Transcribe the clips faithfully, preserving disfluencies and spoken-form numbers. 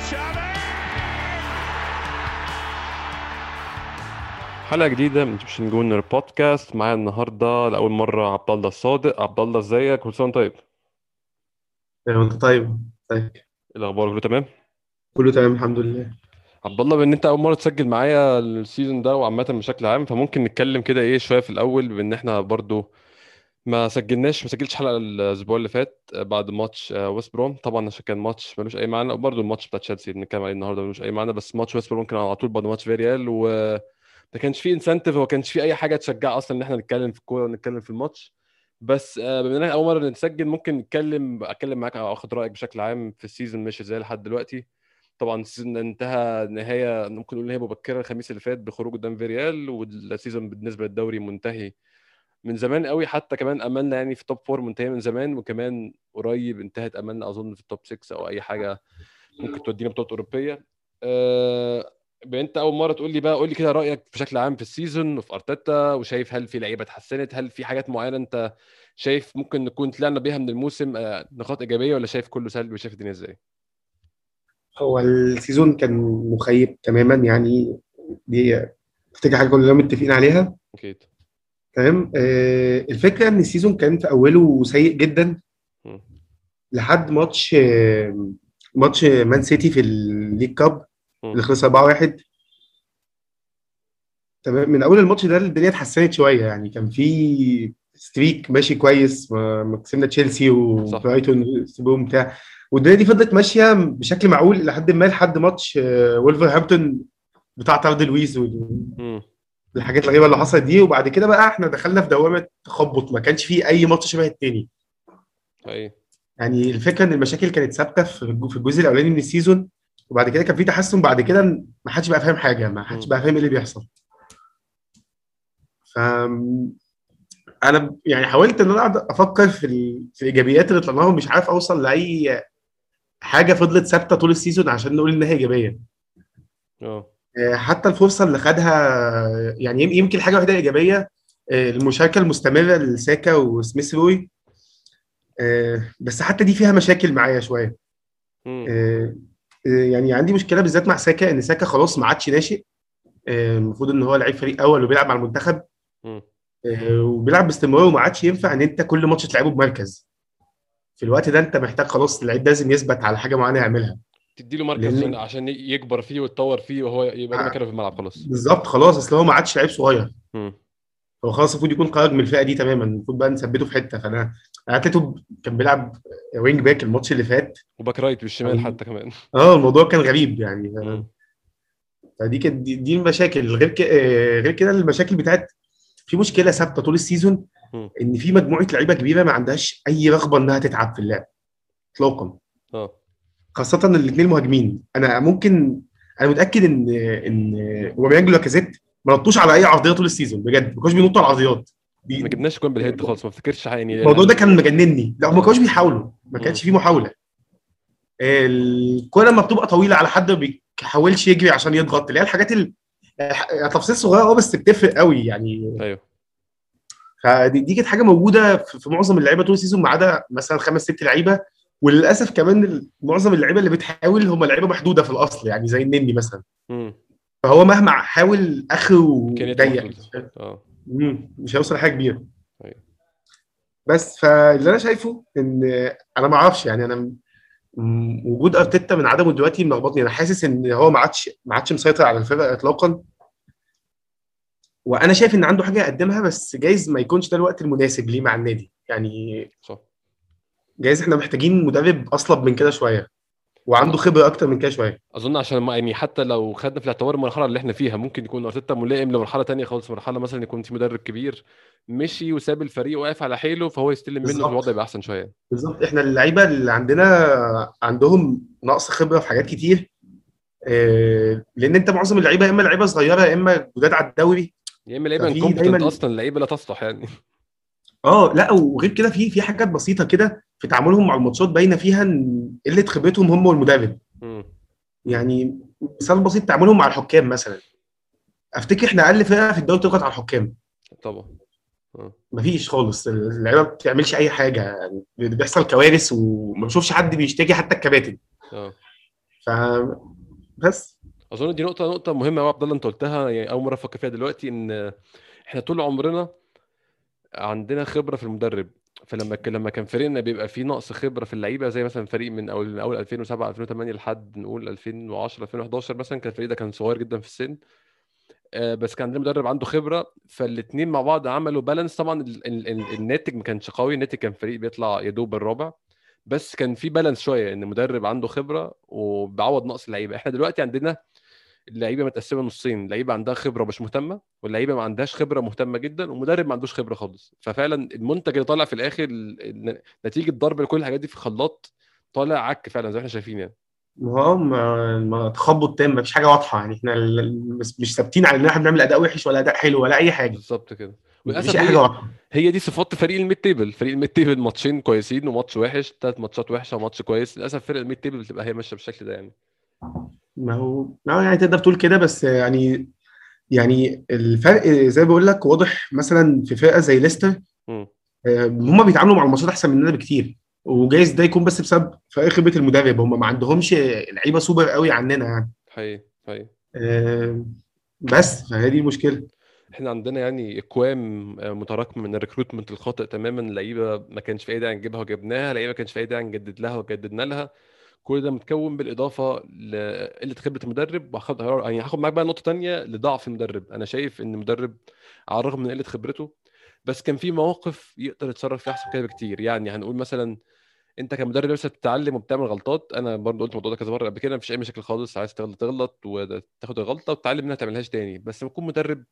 حلقة جديدة من ايجيبشن جونر بودكاست. معايا النهاردة لأول مرة عبد الله الصادق. عبد الله ازيك؟ كل سنة وأنت طيب. ايوه انت طيب. طيب. إيه الأخبار؟ كله تمام؟ كله تمام الحمد لله. عبد الله، بان انت اول مرة تسجل معايا السيزون ده وعامة بشكل عام، فممكن نتكلم كده ايه شوية في الأول، بان احنا برضو ما سجلناش ما سجلتش حلقة الأسبوع اللي فات بعد ماتش آه، ويست بروم. طبعا عشان كان ماتش ملوش أي معنى، وبرضو الماتش بتاع تشيلسي اللي بنتكلم عليه النهاردة ملوش أي معنى، بس ماتش ويست بروم كان على طول بعد ماتش فيريال، و ما كانش فيه انسنتيف وما كانش فيه اي حاجه تشجع اصلا ان احنا نتكلم في الكوره ونتكلم في الماتش. بس آه، بما اننا اول مره نسجل، ممكن نتكلم اتكلم معاك او اخد رايك بشكل عام في السيزون ماشي ازاي لحد دلوقتي. طبعا السيزون انتهى نهايه ممكن نقول ان هي مبكره الخميس اللي فات بخروج قدام فيريال، والسيزون بالنسبه للدوري منتهي من زمان قوي. حتى كمان املنا يعني في توب فور منتهي من زمان، وكمان قريب انتهت املنا اظن في التوب ستة او اي حاجه ممكن تودينا بطولة أوروبية. أه... بقى انت اول مره تقول لي بقى، قول لي كده رايك بشكل عام في السيزون وفي ارتيتا، وشايف هل في لعيبه اتحسنت، هل في حاجات معينه انت شايف ممكن نكون طلعنا بيها من الموسم أه... نقاط ايجابيه، ولا شايف كله سلبي وشايف الدنيا ازاي؟ هو السيزون كان مخيب تماما يعني. دي افتكر حاجه كلنا متفقين عليها. اكيد. تمام. آه الفكره ان السيزون كان في اوله سيء جدا مم. لحد ماتش آه ماتش مان سيتي في الليج كاب مم. اللي خلص أربعة واحد. تمام. من اول الماتش ده الدنيا اتحسنت شويه يعني، كان في ستريك ماشي كويس، ما ما كسبنا تشيلسي صح. وبرايتون سيبوهم بتاع. والدنيا دي فضلت ماشيه بشكل معقول لحد ما لحد ماتش آه، وولفرهامبتون بتاع طرد لويس مم. والحاجات الغريبه اللي حصلت دي. وبعد كده بقى احنا دخلنا في دوامه تخبط، ما كانش فيه اي ماتش شبه التاني. اي. يعني الفكره ان المشاكل كانت ثابته في الج- في الجزء الاولاني من السيزون، وبعد كده كان في تحسن. بعد كده ما حدش بقى فاهم حاجه، ما حدش مم. بقى فاهم ايه اللي بيحصل. ف انا يعني حاولت ان انا اقعد افكر في ال... في الايجابيات اللي طلعناها، ومش عارف اوصل لاي حاجه فضلت ثابته طول السيزون عشان نقول انها ايجابيه. اه. آه، حتى الفرصه اللي خدها، يعني يم- يمكن الحاجه الوحيده الايجابيه آه، المشاركه المستمره لساكا وسميث روي. آه، بس حتى دي فيها مشاكل معايا شويه. مم. آه، آه، يعني عندي مشكله بالذات مع ساكا، ان ساكا خلاص ما عادش ناشئ. آه، المفروض ان هو لعيب فريق اول وبيلعب مع المنتخب. مم. آه، وبيلعب باستمرار، وما عادش ينفع ان انت كل ماتش تلعبه بمركز. في الوقت ده انت محتاج خلاص اللعيب ده لازم يثبت على حاجه معينه يعملها. تديله مركز عشان لان عشان يكبر فيه ويتطور فيه، وهو يبقى ده آه، مكانه في الملعب خلاص. بالظبط خلاص، اصل هو ما عادش لعيب صغير. مم. هو خلاص المفروض يكون خرج من الفئه دي تماما، المفروض بقى نثبته في حته. فانا اتلتيكو كان بيلعب وينج باك الماتش اللي فات. وباك رايت بالشمال حتى كمان. اه الموضوع كان غريب يعني. مم. فدي كانت دي, دي المشاكل. غير كده غير كده المشاكل بتاعت في مشكله ثابته طول السيزون، مم. ان في مجموعه لعيبه كبيره ما عندهاش اي رغبه انها تتعب في اللعب اطلاقا. اه. خاصه الاثنين مهاجمين. انا ممكن انا متاكد ان ان اوباميانج ولاكازيت ما نطوش على اي عرضيه طول السيزون، بجد ما كانوش بينطوا على العرضيات. ما بي- جبناش جون بالهيد خالص، ما افتكرش حاجه يعني ال... الموضوع ده ال... كان مجنني. لا ما اه. كانوش بيحاولوا، ما مم. كانش في محاوله. الكوره لما بتبقى طويله على حد ما بيحاولش يجري عشان يضغط، اللي هي الحاجات ال... تفاصيل صغيره اه بس بتفرق قوي يعني. ايوه. فدي دي كانت حاجه موجوده في في معظم اللعيبه طول السيزون، ما عدا مثلا خمس ست لعيبه. وللاسف كمان ال- معظم اللعيبه اللي بتحاول هم لعيبه محدوده في الاصل، يعني زي النني مثلا. مم. فهو مهما حاول اخره امكانياته ضيق، محدوده. مش اه. مم، مش هيوصل لحاجه كبيره. ايوه. بس فاللي انا شايفه ان انا ما اعرفش يعني. انا م- وجود ارتيتا من عدمه دلوقتي ملخبطني. انا حاسس ان هو ما عادش ما عادش مسيطر على الفرقه اطلاقا. وانا شايف ان عنده حاجه يقدمها، بس جايز ما يكونش ده الوقت المناسب ليه مع النادي يعني. صح. جايز احنا محتاجين مدرب اصلب من كده شويه، اظن وعنده خبره اكتر من كده شويه. اظن عشان ما يعني حتى لو خدنا في الاعتبار المرحله اللي احنا فيها، ممكن يكون ارتيتا ملائم لمرحله تانية خالص، مرحله مثلا يكون في مدرب كبير مشي وساب الفريق واقف على حيله، فهو يستلم منه في الوضع بالظبط. يبقى احسن شويه. بالظبط احنا اللعيبه اللي عندنا عندهم نقص خبره في حاجات كتير. آه، لان انت معظم اللعيبه يا اما لعيبه صغيره يا اما جداد على الدوري. يا اما لعيبه ففي انكومبتنت دايما اصلا، لعيبه لا تصلح يعني. اه لا، وغير كده في في حاجات بسيطه كده في تعاملهم مع الماتشات باينه فيها ان قله خبرتهم هم والمدرب. مم. مم. يعني مثال بسيط، تعاملهم مع الحكام مثلا. افتكر احنا اقل فرقه في الدوري تضغط على الحكام. طبعا. اه. مفيش خالص، اللعيبه ما بتعملش اي حاجه يعني. بيحصل كوارث وما بشوفش حد بيشتكي حتى الكباتن. اه. فبس. اظن دي نقطه نقطه مهمه قوي عبد الله، انت قلتها يعني اول مره افكر فيها دلوقتي، ان احنا طول عمرنا عندنا خبره في المدرب. فلما ك- لما كان فريقنا بيبقى فيه نقص خبره في اللعيبه، زي مثلا فريق من اول من اول ألفين وسبعة ألفين وثمانية لحد نقول ألفين وعشرة ألفين وحداشر مثلا، كان الفريق ده كان صغير جدا في السن. آه، بس كان عندنا مدرب عنده خبره، فالاثنين مع بعض عملوا بالانس. طبعا ال ال ال الناتج ما كانش قوي، الناتج كان فريق بيطلع يدوب الرابع، بس كان في بالانس شويه، ان مدرب عنده خبره وبيعوض نقص اللعيبه. احنا دلوقتي عندنا اللعيبه متقسمه نصين، لعيبه عندها خبره مش مهتمه، واللعيبه ما عندهاش خبره مهتمه جدا، ومدرب ما عندوش خبره خالص. ففعلا المنتج اللي طالع في الاخر ال- ال- نتيجه ضرب كل الحاجات دي في خلاط، طالع عك فعلا زي ما احنا شايفين يعني. ما هو ما ما تخبط تام، مفيش حاجه واضحه يعني. احنا ال- ال- مش مش ثابتين على ان احنا بنعمل اداء وحش ولا اداء حلو ولا اي حاجه. بالظبط كده. مفيش وللاسف اي حاجه هي واضحه. هي دي صفات فريق الميد تيبل. فريق الميد تيبل ماتشين كويسين وماتش وحش، ثلاث ماتشات وحشه وماتش كويس. للاسف فرق الميد تيبل بتبقى هي ماشيه بالشكل ده يعني. ما هو ما هو يعني تقدر تقول كده، بس يعني يعني الفرق زي ما بقول لك واضح مثلا في فرقه زي ليستر. امم. آه، هم بيتعاملوا مع الماتشات احسن مننا بكتير، وجايز ده يكون بس بسبب فرق خبره المدرب. هم ما عندهمش لعيبه سوبر قوي عننا يعني. حقيقي حقيقي. آه، بس فهي دي المشكله. احنا عندنا يعني اكوام آه، متراكمه من الريكروتمنت الخاطئ تماما. لعيبه ما كانش في اي داعي نجيبها وجبناها، لعيبه ما كانش في اي داعي نجدد لها وجددنا لها. كل ده متكون بالاضافه لقله خبره المدرب. وهاخد يعني هاخد معاك بقى نقطه تانية لضعف المدرب. انا شايف ان المدرب على الرغم من قله خبرته، بس كان في مواقف يقدر يتصرف فيها احسن كده بكتير. يعني هنقول مثلا انت كمدرب لسه بتتعلم وبتعمل غلطات. انا برضه قلت الموضوع ده كذا مره قبل كده، مفيش اي مشاكل خالص، عايز تغلط تغلط وتاخد الغلطه وتتعلم منها، ما تعملهاش تاني. بس لما تكون مدرب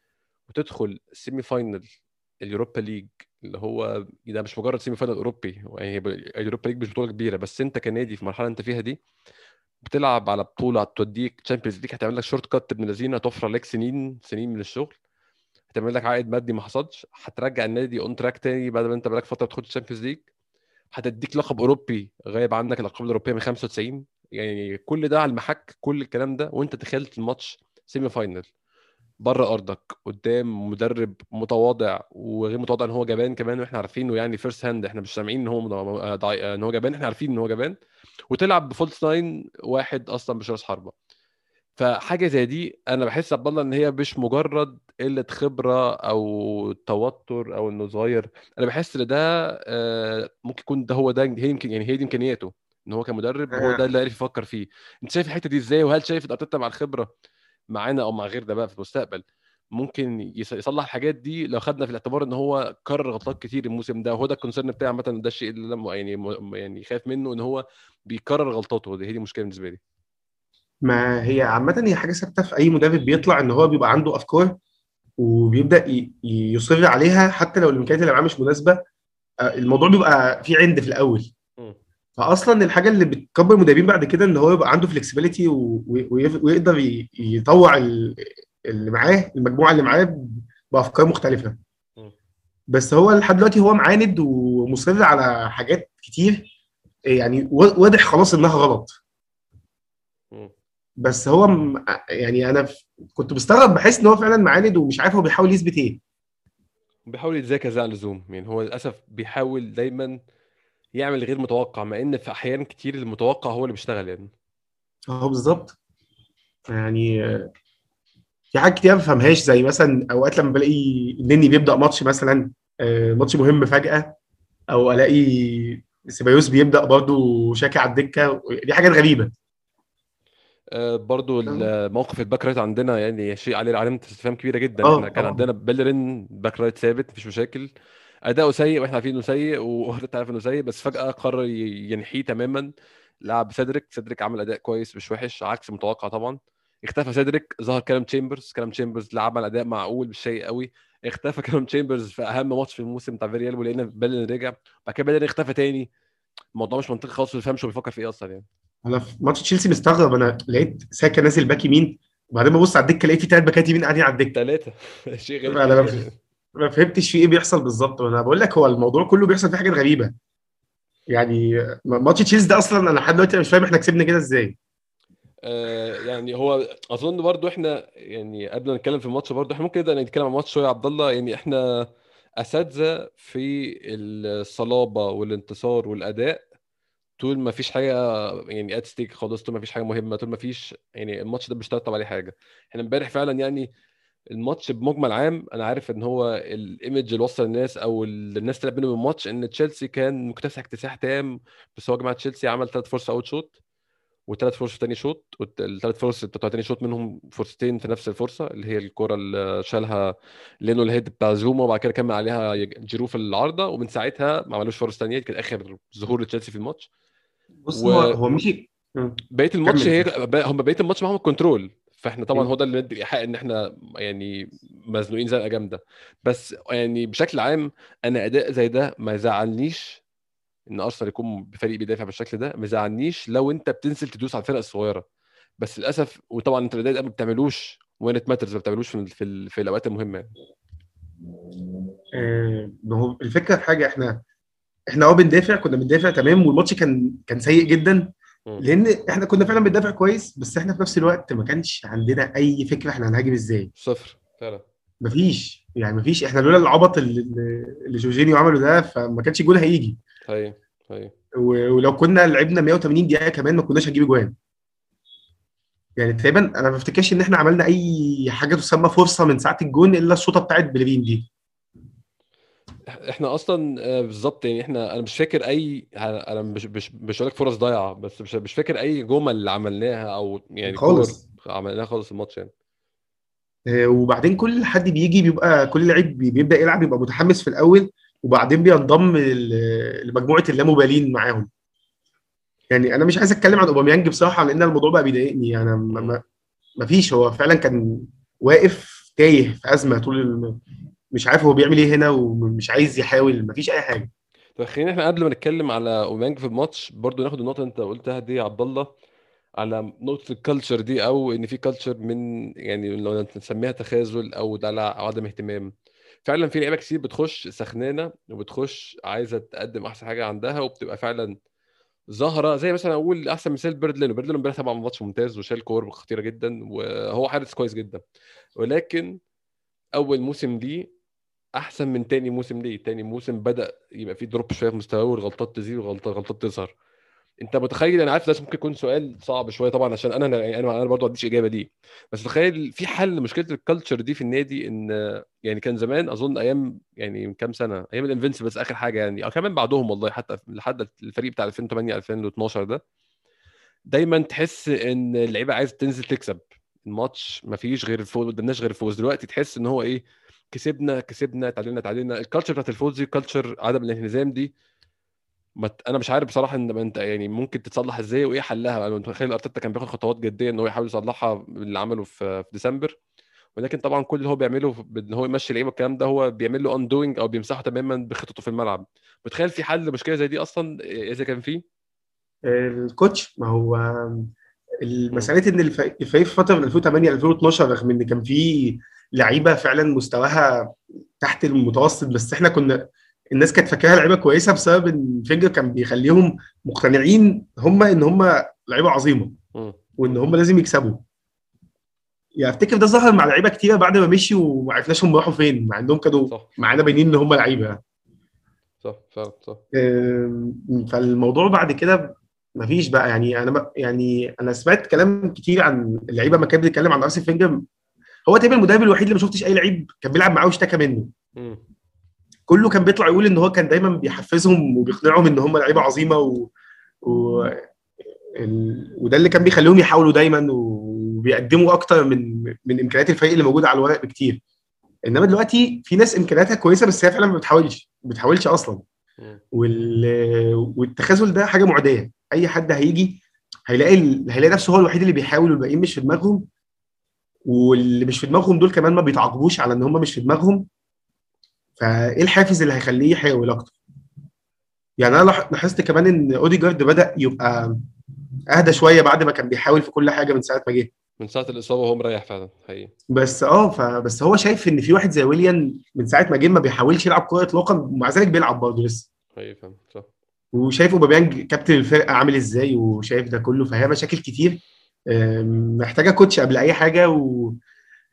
وتدخل سيمي فاينل اليوروبا ليج، اللي هو ده مش مجرد سيمي فاينل اوروبي يعني، اليوروبا ليج مش بطوله كبيره، بس انت كنادي في المرحله اللي انت فيها دي بتلعب على بطوله توديك تشامبيونز ليج، هتعمل لك شورت كات ابن لذينه، توفر عليك سنين سنين من الشغل، هتعمل لك عائد مادي ما حصلش، هترجع النادي اون تراك تاني بعد ما انت بقالك فتره بتخش تشامبيونز ليج، هتديك لقب اوروبي غايب عنك الالقاب الاوروبيه من خمسة وتسعين. يعني كل ده على المحك، كل الكلام ده وانت دخلت الماتش سيمي فاينل بره ارضك قدام مدرب متواضع وغير متواضع، ان هو جبان كمان واحنا عارفينه يعني فيرست هاند، احنا مش سامعين ان هو مض- ضعي- ان هو جبان، احنا عارفين ان هو جبان. وتلعب بفولت ناين واحد اصلا مش راس حربه. فحاجه زي دي انا بحس عبد الله ان هي مش مجرد قله خبره او توتر او انه صغير. انا بحس ان ده آه، ممكن يكون ده هو ده هي يمكن يعني هي دي امكانياته، ان هو كمدرب هو ده آه، اللي عارف يفكر فيه. انت شايف الحته دي ازاي؟ وهل شايف ان ارتيتا مع الخبره معانا او مع غيرنا بقى في المستقبل ممكن يص- يصلح الحاجات دي، لو خدنا في الاعتبار ان هو كرر غلطات كتير الموسم ده؟ وهو ده الكونسيرن بتاعي عامه، ده الشيء اللي انا م- يعني م- يعني خايف منه، ان هو بيكرر غلطاته دي. هي دي مشكله بالنسبه لي. ما هي عامه هي حاجه ثابته في اي مدرب بيطلع، ان هو بيبقى عنده افكار وبيبدا ي- يصر عليها حتى لو الامكانيات اللي معاه مش مناسبه. آه، الموضوع بيبقى فيه عند في الاول. مم. فاصلا الحاجه اللي بتكبر المدربين بعد كده ان هو يبقى عنده فلكسبيليتي ويقدر ي- يطوع ال- اللي معاه، المجموعه اللي معاه ب- بافكار مختلفه. مم. بس هو لحد دلوقتي هو معاند ومصر على حاجات كتير، يعني و- واضح خلاص انها غلط. مم. بس هو م- يعني انا ف- كنت مستغرب، بحس ان هو فعلا معاند ومش عارف هو بيحاول يثبت ايه. بيحاول يتذاكى زي عن اللزوم يعني. هو للاسف بيحاول دايما يعمل غير متوقع، مع ان في احيان كتير المتوقع هو اللي بيشتغل يعني. هو بالظبط يعني. في حاجات كتير ما بفهمهاش، زي مثلا اوقات لما بلاقي النني بيبدا ماتش مثلا، آه، ماتش مهم فجاه، او الاقي سيبايوس بيبدا برضه شاكي على الدكه. دي حاجات غريبه. آه، برضو الموقف الباك رايت عندنا يعني شيء عليه علامة استفهام كبيرة جدا. احنا اه كان طبعا. عندنا بيلرين باك رايت ثابت مفيش مشاكل، اداؤه سيء واحنا عارفين انه سيء وانت عارف انه سيء، بس فجأة قرر ي- ينحيه تماما. لعب سيدريك، سيدريك عمل اداء كويس مش وحش عكس المتوقع طبعا. اختفى سيدريك، ظهر كلام تشامبرز. كلام تشامبرز لعب على اداء معقول مش سيء قوي. اختفى كلام تشامبرز في اهم ماتش في الموسم بتاع فيريال، ولقينا بيلرين رجع. بعد كده بيلرين اختفى تاني. الموضوع مش منطقي خالص، ما بيفهمش هو بيفكر في ايه اصلا يعني. انا في ماتش تشيلسي مستغرب، انا لقيت ساكا نازل باك يمين، وبعدين ببص على الدكه لقيت في ثلاث باكات يمين قاعدين على الدكه. ثلاثة شيء غريب فانا جدا ما يعني. ما فهمتش في ايه بيحصل بالظبط. وانا بقول لك هو الموضوع كله بيحصل فيه حاجات غريبه يعني. ماتش تشيلسي ده اصلا انا لحد دلوقتي مش فاهم احنا كسبنا كده ازاي. آه، يعني هو اظن برضو احنا يعني قبل ما نتكلم في الماتش برضو احنا ممكن نبدا نتكلم عن الماتش شويه يا عبد الله. يعني احنا اساتذه في الصلابه والانتصار والاداء طول ما فيش حاجه يعني ات ستيك خالص، طول ما فيش حاجه مهمه، طول ما فيش يعني الماتش ده مش هيترتب عليه حاجه. احنا امبارح فعلا يعني الماتش بمجمل عام انا عارف ان هو الايمج اللي وصل الناس او ال- الناس طلعت منه من الماتش ان تشيلسي كان مكتسح اكتساح تام. بس هو يا جماعه تشيلسي عمل ثلاث فرص اوت شوت وثلاث فرص تاني شوط، والثلاث فرص بتوع تاني شوط منهم فرصتين في نفس الفرصه اللي هي الكره اللي شالها لينو الهيد بتاع زوما، وبعد كده كمل عليها جيرو في العارضه، ومن ساعتها ما عملوش فرص تانيه. كان اخر ظهور لتشيلسي في الماتش. بص هو وبقيه هو مشي. مم. الماتش كمل. هي هم بقيه الماتش معاهم الكنترول. فاحنا طبعا هو مم. ده اللي ندي ايحاء ان احنا يعني مزنوقين زنقه جامده. بس يعني بشكل عام انا اداء زي ده ما يزعلنيش، ان ارسنال يكون بفريق بيدافع بالشكل ده ما يزعلنيش لو انت بتنزل تدوس على الفرق الصغيره. بس للاسف وطبعا انت الاداء ده ما بتعملوش وين ات ماترز، ما بتعملوش في في, ال- في الاوقات المهمه يعني. آه، ما هو الفكره في حاجه، احنا احنا اه بندافع، كنا بندافع تمام، والماتش كان كان سيء جدا، مم. لان احنا كنا فعلا بندافع كويس، بس احنا في نفس الوقت ما كانش عندنا اي فكره احنا هنهاجم ازاي. صفر فعلا. مفيش يعني مفيش، احنا لولا العبط اللي, اللي جورجينيو عمله ده فما كانش الجول هيجي. هي هي و- ولو كنا لعبنا مية وتمانين دقيقه كمان ما كناش هنجيب جوان. يعني تقريبا انا ما افتكرش ان احنا عملنا اي حاجه تسمى فرصه من ساعه الجون الا الشوطه بتاعت بليفين دي. احنا اصلا آه، بالظبط يعني احنا انا مش فاكر اي انا مش مش مش هقول لك فرص ضايعه، بس مش مش فاكر اي جمل عملناها او يعني كور خالص. عملناها خالص الماتش يعني. آه، وبعدين كل حد بيجي بيبقى كل لعيب بي- بيبدا يلعب يبقى متحمس في الاول، وبعدين بينضم ل- لمجموعه اللامبالين معاهم. يعني انا مش عايز اتكلم عن اوباميانج بصراحه لان الموضوع بقى بيضايقني. انا ما مم. ما- ما فيش، هو فعلا كان واقف تايه في ازمه طول الم... مش عارف هو بيعمل ايه هنا، ومش عايز يحاول، ما فيش اي حاجه. طب خلينا احنا قبل ما نتكلم على اوباميانج في الماتش برضو ناخد النقطه اللي انت قلتها دي يا عبد الله، على نقطه الكالتشر دي، او ان في كالتشر من يعني لو نسميها تخاذل او دلع او عدم اهتمام. فعلا في لعيبه كتير بتخش سخنانه وبتخش عايزه تقدم احسن حاجه عندها وبتبقى فعلا ظاهره، زي مثلا اقول احسن مثال بيردلين. بيردلين امبارح طبعا ماتش ممتاز وشال كور خطيره جدا وهو حارس كويس جدا، ولكن اول موسم ليه احسن من تاني موسم ليه. تاني موسم بدا يبقى فيه دروب شويه في مستواه والغلطات تزيد والغلطات غلطات تظهر. انت متخيل؟ انا عارف ده ممكن يكون سؤال صعب شويه طبعا عشان انا انا يعني انا برضه ما عنديش اجابه دي، بس تخيل في حل مشكله الكالتشر دي في النادي. ان يعني كان زمان اظن ايام يعني من كام سنه ايام الانفنسبلز اخر حاجه يعني، او كمان بعدهم والله حتى لحد الفريق بتاع ألفين وثمانية ألفين واتناشر ده، دايما تحس ان اللعيبه عايزه تنزل تكسب الماتش، مفيش غير الفوز، ما قدامناش غير الفوز. دلوقتي تحس ان هو ايه، كسبنا كسبنا تعادلنا تعادلنا. الكالتشر بتاعت الفوز دي، كالتشر عدم الانهزام دي، ما ت- انا مش عارف بصراحه ان ما انت يعني ممكن تتصلح ازاي وايه حلها. انا متخيل ارتيتا كان بياخد خطوات جديه ان هو يحاول يصلحها من اللي عمله في في ديسمبر، ولكن طبعا كل اللي هو بيعمله في- ان هو يمشي اللعيبه الكلام ده هو بيعمل له ان دوينج او بيمسحه تماما بخططه في الملعب. متخيل في حل لمشكله زي دي اصلا اذا كان فيه؟ الكوتش، ما هو مم. المسألة ان الف- الفريق في فتره من ألفين وتمانية ألفين واتناشر رغم ان كان في لعيبه فعلا مستواها تحت المتوسط، بس احنا كنا الناس كانت فاكراها لعيبه كويسه بسبب ان فينجر كان بيخليهم مقتنعين هم ان هم لعيبه عظيمه مم. وان هم لازم يكسبوا. يعني افتكر ده ظهر مع لعيبه كتيره بعد ما مشي وما عرفناش هم راحوا فين، مع انهم كانوا صح معانا باينين ان هم لعيبه. صح فعلا صح. أم، فالموضوع بعد كده مفيش بقى. يعني انا ب- يعني انا سمعت كلام كتير عن اللعيبه ما كان بيتكلم عن ارسنال فينجر. هو تقريبا المدرب الوحيد اللي ما شفتش اي لعيب كان بيلعب معاه واشتكى منه. مم. كله كان بيطلع يقول ان هو كان دايما بيحفزهم وبيقنعهم ان هم لعيبه عظيمه و... و... ال... وده اللي كان بيخليهم يحاولوا دايما وبيقدموا اكتر من من امكانيات الفريق اللي موجوده على الورق بكتير. انما دلوقتي في ناس امكانياتها كويسه بس هي فعلا ما بتحاولش ما بتحاولش اصلا. مم. وال... والتخاذل ده حاجه معديه. اي حد هيجي هيلاقي ال... هيلاقي نفسه هو الوحيد اللي بيحاول والباقيين مش في دماغهم، واللي مش في دماغهم دول كمان ما بيتعاقبوش على ان هم مش في دماغهم. فايه الحافز اللي هيخليه يحاول اكتر؟ يعني انا لاح- لاحظت كمان ان اوديجارد بدا يبقى اهدى شويه بعد ما كان بيحاول في كل حاجه من ساعه ما جه. من ساعه الاصابه وهو مريح فعلا حقيقي. بس اه فبس هو شايف ان في واحد زي ويليان من ساعه ما جه ما بيحاولش يلعب كوره اطلاقا، ومع ذلك بيلعب برضه لسه. حقيقي فعلا صح. وشايف اوباميانج كابتن الفرقه عامل ازاي، وشايف ده كله، فهي مشاكل كتير. آم، محتاجه كوتش قبل اي حاجه و...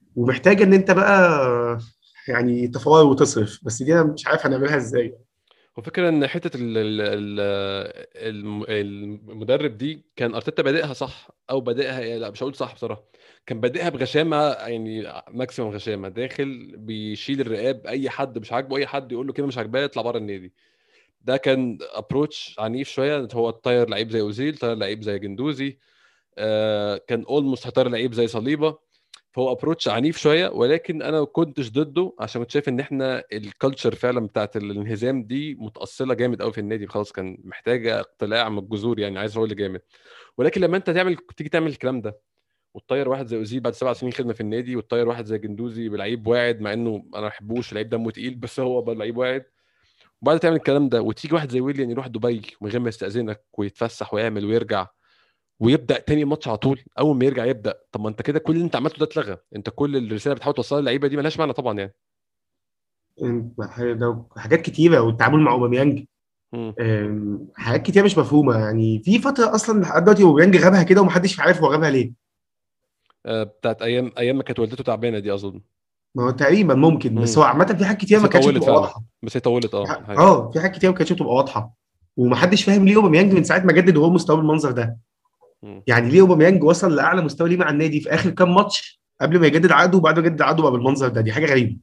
ومحتاجه ان انت بقى يعني تفاوض وتصرف، بس دي انا مش عارف هنعملها ازاي. هو فكرة ان حتة ال ال ال الم- المدرب دي كان ارتيتا بادئها صح، او بادئها، لا مش هقول صح بصراحة، كان بادئها بغشامة، يعني ماكسيمم غشامة، داخل بيشيل الرقاب، اي حد مش عاجبه، اي حد يقول له كده مش عاجباه يطلع بره النادي. ده كان ابروتش عنيف شوية، هو طاير لعيب زي اوزيل، طاير لعيب زي جندوزي، آه كان اولموست هيطير لعيب زي صليبة. فهو ابروتش عنيف شويه، ولكن انا ما كنتش ضده، عشان كنت شايف ان احنا الكالتشر فعلا بتاعت الانهزام دي متاصله جامد قوي في النادي، خلاص كان محتاجه اقتلاع من الجذور، يعني عايز اقول جامد. ولكن لما انت تعمل تيجي تعمل الكلام ده، وتطير واحد زي اوزيل بعد سبع سنين خدمه في النادي، وتطير واحد زي جندوزي بلعيب واعد، مع انه انا ما بحبوش، لعيب دمه تقيل، بس هو بقى لعيب واعد. وبعد تعمل الكلام ده، وتيجي واحد زي ويليان يروح دبي من غير ما يستأذنك ويتفسح ويعمل ويرجع، ويبدا تاني ماتش على طول، اول ما يرجع يبدا، طب ما انت كده كل اللي انت عملته ده اتلغى، انت كل الرساله بتحاول توصلها للعيبه دي ملهاش معنى طبعا يعني. يعني ده حاجات كتيره، والتعامل مع اوباميانج، امم. أم، حاجات كتيره مش مفهومه. يعني في فتره اصلا لحد دلوقتي اوباميانج غابها كده ومحدش عارف هو غابها ليه. آه بتاعت ايام ايام ما كانت والدته تعبانه دي اظن. ما هو تقريبا ممكن، بس امم. هو عامه في حاجات كتيره بس ما هي كانتش طولت بتبقى فعلا، واضحه. بس هي طولت في اه ح- حقيقة. اه في حاجات كتيره ما كانتش بتبقى واضحه، ومحدش فاهم ليه اوباميانج من ساعه ما جدد وهو مستواه بالمنظر ده. مم. يعني ليه اوباميانج وصل لاعلى مستوى ليه مع النادي في اخر كام ماتش قبل ما يجدد عقده، وبعد ما يجدد عقده بقى بالمنظر ده؟ دي حاجه غريبه.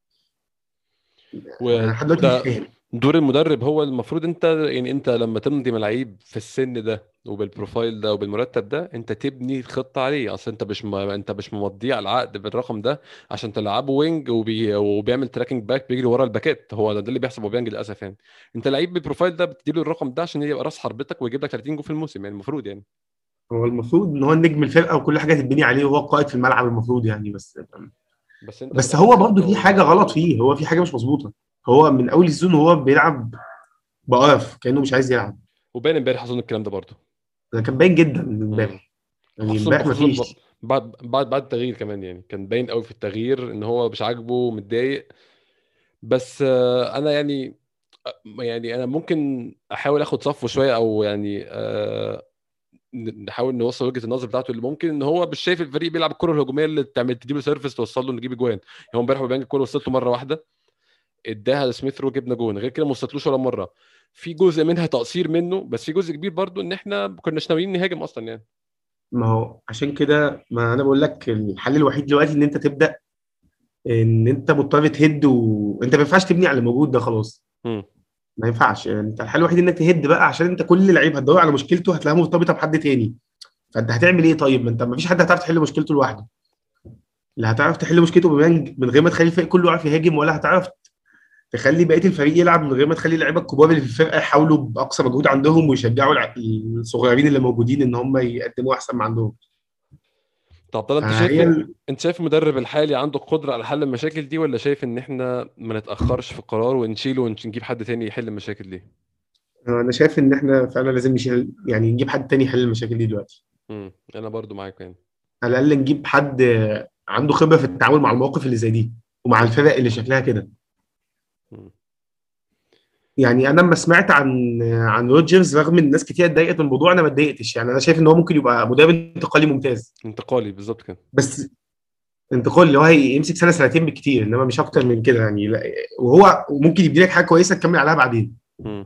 أنا لحد دلوقتي مش وده فاهم. دور المدرب، هو المفروض انت يعني انت لما تمضي مع لعيب في السن ده وبالبروفايل ده وبالمرتب ده، انت تبني خطة عليه، اصل انت مش م... انت مش ممضيه على العقد بالرقم ده عشان تلعبه وينج وبي... وبيعمل تراكنج باك بيجري ورا الباكات، هو ده, ده اللي بيحصل وبينج للاسف يعني. انت لعيب بالبروفايل ده بتديله الرقم ده عشان يبقى راس حربتك ويجيب لك ثلاثين جول في الموسم، يعني المفروض يعني. هو المفروض ان هو النجم الفرقه وكل حاجه تتبني عليه، وهو القائد في الملعب المفروض يعني. بس بس انت في بس الاخر هو برضه سبته في حاجه ومشيته. غلط فيه، هو في حاجه مش مظبوطه. هو من اول السيزون وهو بيلعب بقرف كانه مش عايز يلعب. وباين امبارح اظن الكلام ده برضه. ده كان باين جدا من امبارح. يعني خصوصا امبارح خصوصا ب- مفيش. بعد بعد بعد التغيير كمان، يعني كان باين قوي في التغيير ان هو مش عاجبه متضايق. بس آه، انا يعني آه، يعني انا ممكن احاول اخد صفه شويه، او يعني آه، ن- نحاول نوصل وجهه النظر بتاعته، اللي ممكن ان هو مش شايف الفريق بيلعب الكره الهجوميه اللي تعمل تديله سيرفيس توصل له نجيب اجوان. هو امبارح بيانج الكره وصلت له مره واحده، اداها لسميث رو جبنا جون، غير كده ما وصلتلوش ولا مره. في جزء منها تقصير منه، بس في جزء كبير برضو ان احنا ما كناش ناويين نهاجم اصلا يعني. ما هو عشان كده ما انا بقول لك الحل الوحيد دلوقتي ان انت تبدا، ان انت مضطر تهد، وانت ما ينفعش تبني على اللي موجود ده خلاص. مم. ما ينفعش. يعني انت الحل الوحيد انك تهد بقى، عشان انت كل لعيب هتدور على مشكلته هتلاقيها مرتبطه بحد تاني. فانت هتعمل ايه طيب؟ ما انت ما فيش حد هتعرف تحل مشكلته لوحده. لا هتعرف تحل مشكلته ببنج من غير ما تخلي الفريق كله يعرف يهاجم، ولا هتعرف تخلي بقيه الفريق يلعب من غير ما تخلي اللعيبه الكبار اللي في الفرقه يحاولوا باقصى مجهود عندهم ويشجعوا الع- الصغيرين اللي موجودين ان هم يقدموا احسن ما عندهم. طب ده انت فهي شايف، ال- انت شايف المدرب الحالي عنده قدرة على حل المشاكل دي، ولا شايف ان احنا ما نتأخرش في القرار ونشيله ونجيب حد تاني يحل المشاكل دي؟ انا شايف ان احنا فعلا لازم نشيل، يعني نجيب حد تاني يحل المشاكل دي دلوقتي. امم انا برضو معاك يعني. على الاقل نجيب حد عنده خبره في التعامل مع المواقف اللي زي دي، ومع الفرق اللي شكلها كده. مم. يعني انا لما سمعت عن عن روجرز، رغم ان الناس كتير اتضايقت من الموضوع، انا ما اتضايقتش. يعني انا شايف ان هو ممكن يبقى مدرب انتقالي ممتاز. انتقالي بالظبط كده. بس انتقال اللي هو هيمسك سنه سنتين بالكتير، انما مش اكتر من كده يعني. لا، وهو ممكن يدي لك حاجه كويسه تكمل عليها بعدين. مم.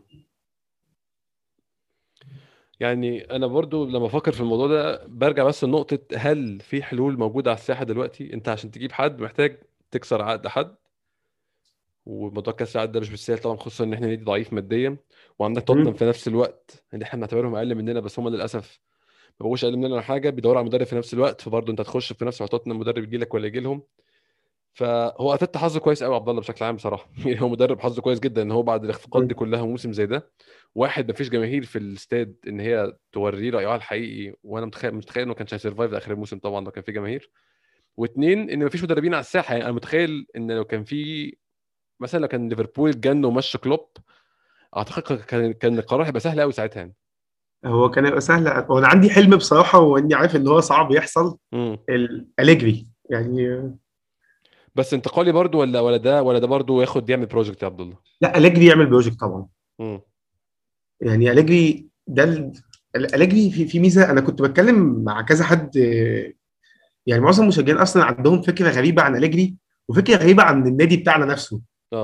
يعني انا برضو لما افكر في الموضوع ده برجع بس لنقطة، هل في حلول موجودة على الساحة دلوقتي؟ انت عشان تجيب حد محتاج تكسر عقد حد، وموضوع كاس العالم ده مش بالسهل طبعا، خصوصا ان احنا نادي ضعيف ماديا، وعندك توتنهام مم. في نفس الوقت اللي احنا بنعتبرهم اقل مننا، بس هم للاسف ما بقوش اقل مننا ولا حاجه، بيدوروا على مدرب في نفس الوقت، فبرضه انت هتخش في نفس محطات ان المدرب يجي لك ولا يجي لهم. فهو اتت حظه كويس قوي عبد الله بشكل عام بصراحه يعني هو مدرب حظه كويس جدا ان هو بعد الاخفاقات دي مم. كلها موسم زي ده، واحد ما فيش جماهير في الاستاد ان هي توريه رايها الحقيقي، وانا متخيل متخيل انه كانش هيسرفايف لاخر الموسم طبعا لو كان في جماهير. واثنين ان ما فيش مدربين على الساحه، يعني انا متخيل ان لو كان في مثلا لو كان ليفربول اتجن ومشى كلوب، اعتقد كان كان القرار هيبقى سهل قوي ساعتها يعني. هو كان يبقى سهل. وانا عندي حلم بصراحه، واني عارف ان هو صعب يحصل. امم. الاليجري يعني. بس انتقالي برضو، ولا ولا ده ولا ده برضو ياخد يعمل بروجكت يا عبد الله؟ لا، اليجري يعمل بروجكت طبعا. امم. يعني اليجري ده ال- اليجري في في ميزه. انا كنت بتكلم مع كذا حد، آه، يعني معظم المشجعين اصلا عندهم فكره غريبه عن اليجري، وفكره غريبه عن النادي بتاعنا نفسه. اه.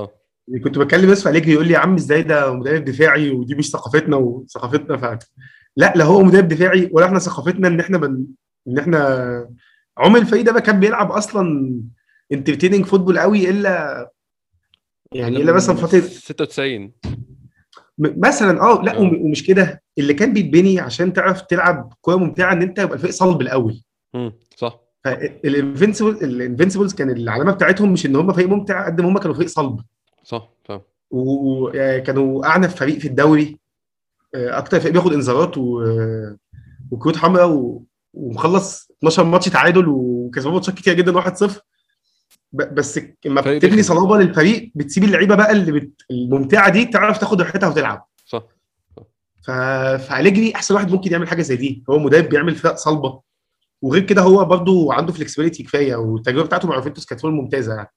كنت بكلم يوسف عليك يقول لي يا عم ازاي ده مدرب دفاعي ودي مش ثقافتنا وثقافتنا ف لا لا هو مدرب دفاعي ولا احنا ثقافتنا ان احنا بن... ان احنا عمر الفريق ده ما كان بيلعب اصلا انترتيننج فوتبول قوي الا الا يعني الا مثلا من فتره ستة وتسعين. م- مثلا اه لا اه. وم- ومش كده اللي كان بيتبني عشان تعرف تلعب كوره ممتعه ان انت يبقى الفريق صلب الاول. امم صح. فالانفنسبل الانفنسبلز كان العلامه بتاعتهم مش ان هم فريق ممتع قد ما هم كانوا فريق صلب صح فاهم. وكانوا اعنف فريق في الدوري. آه، اكتر فريق بياخد انذارات و- وكروت حمراء و- ومخلص اتناشر ماتش تعادل وكسبان ماتشات كتير جدا واحد صفر. ب- بس لما فريق بتبني رخم. صلابه للفريق بتسيب اللعيبه بقى اللي بت... الممتعه دي تعرف تاخد راحتها وتلعب. صح. صح. ف... فأليجري احسن واحد ممكن يعمل حاجه زي دي هو مدرب بيعمل فرق صلبه وغير كده هو برضو عنده فلكسبيليتي كفايه والتجربه بتاعته مع يوفنتوس كانت فوق ممتازه يعني.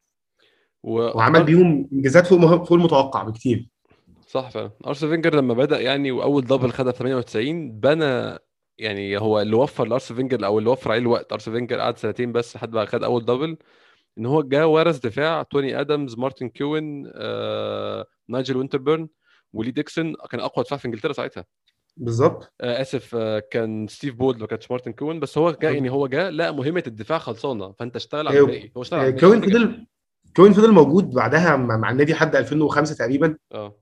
وعمل وأر... بيهم انجازات فوق مه- فوق المتوقع بكتير. صح فعلا. ارسنال فينجر لما بدأ يعني واول دبل خدها في ثمانية وتسعين بنى، يعني هو اللي وفر لارسن فينجر او اللي وفر عليه الوقت. ارسن فينجر قعد سنتين بس لحد ما خد اول دبل، ان هو جا ورث دفاع توني ادمز، مارتن كيوين، آه، نايجل وينتربيرن، ولي ديكسون. كان اقوى دفاع في انجلترا ساعتها. بالظبط. آه اسف، آه كان ستيف بود ما كانش مارتن كيوين. بس هو جا، يعني هو جا لا مهمه الدفاع خلصانه، فانت اشتغل على آه، الباقي. هو اشتغل على آه، الباقي كوين ونجح. فضل كوين فضل موجود بعدها مع مع النادي لحد ألفين وخمسة تقريبا. اه.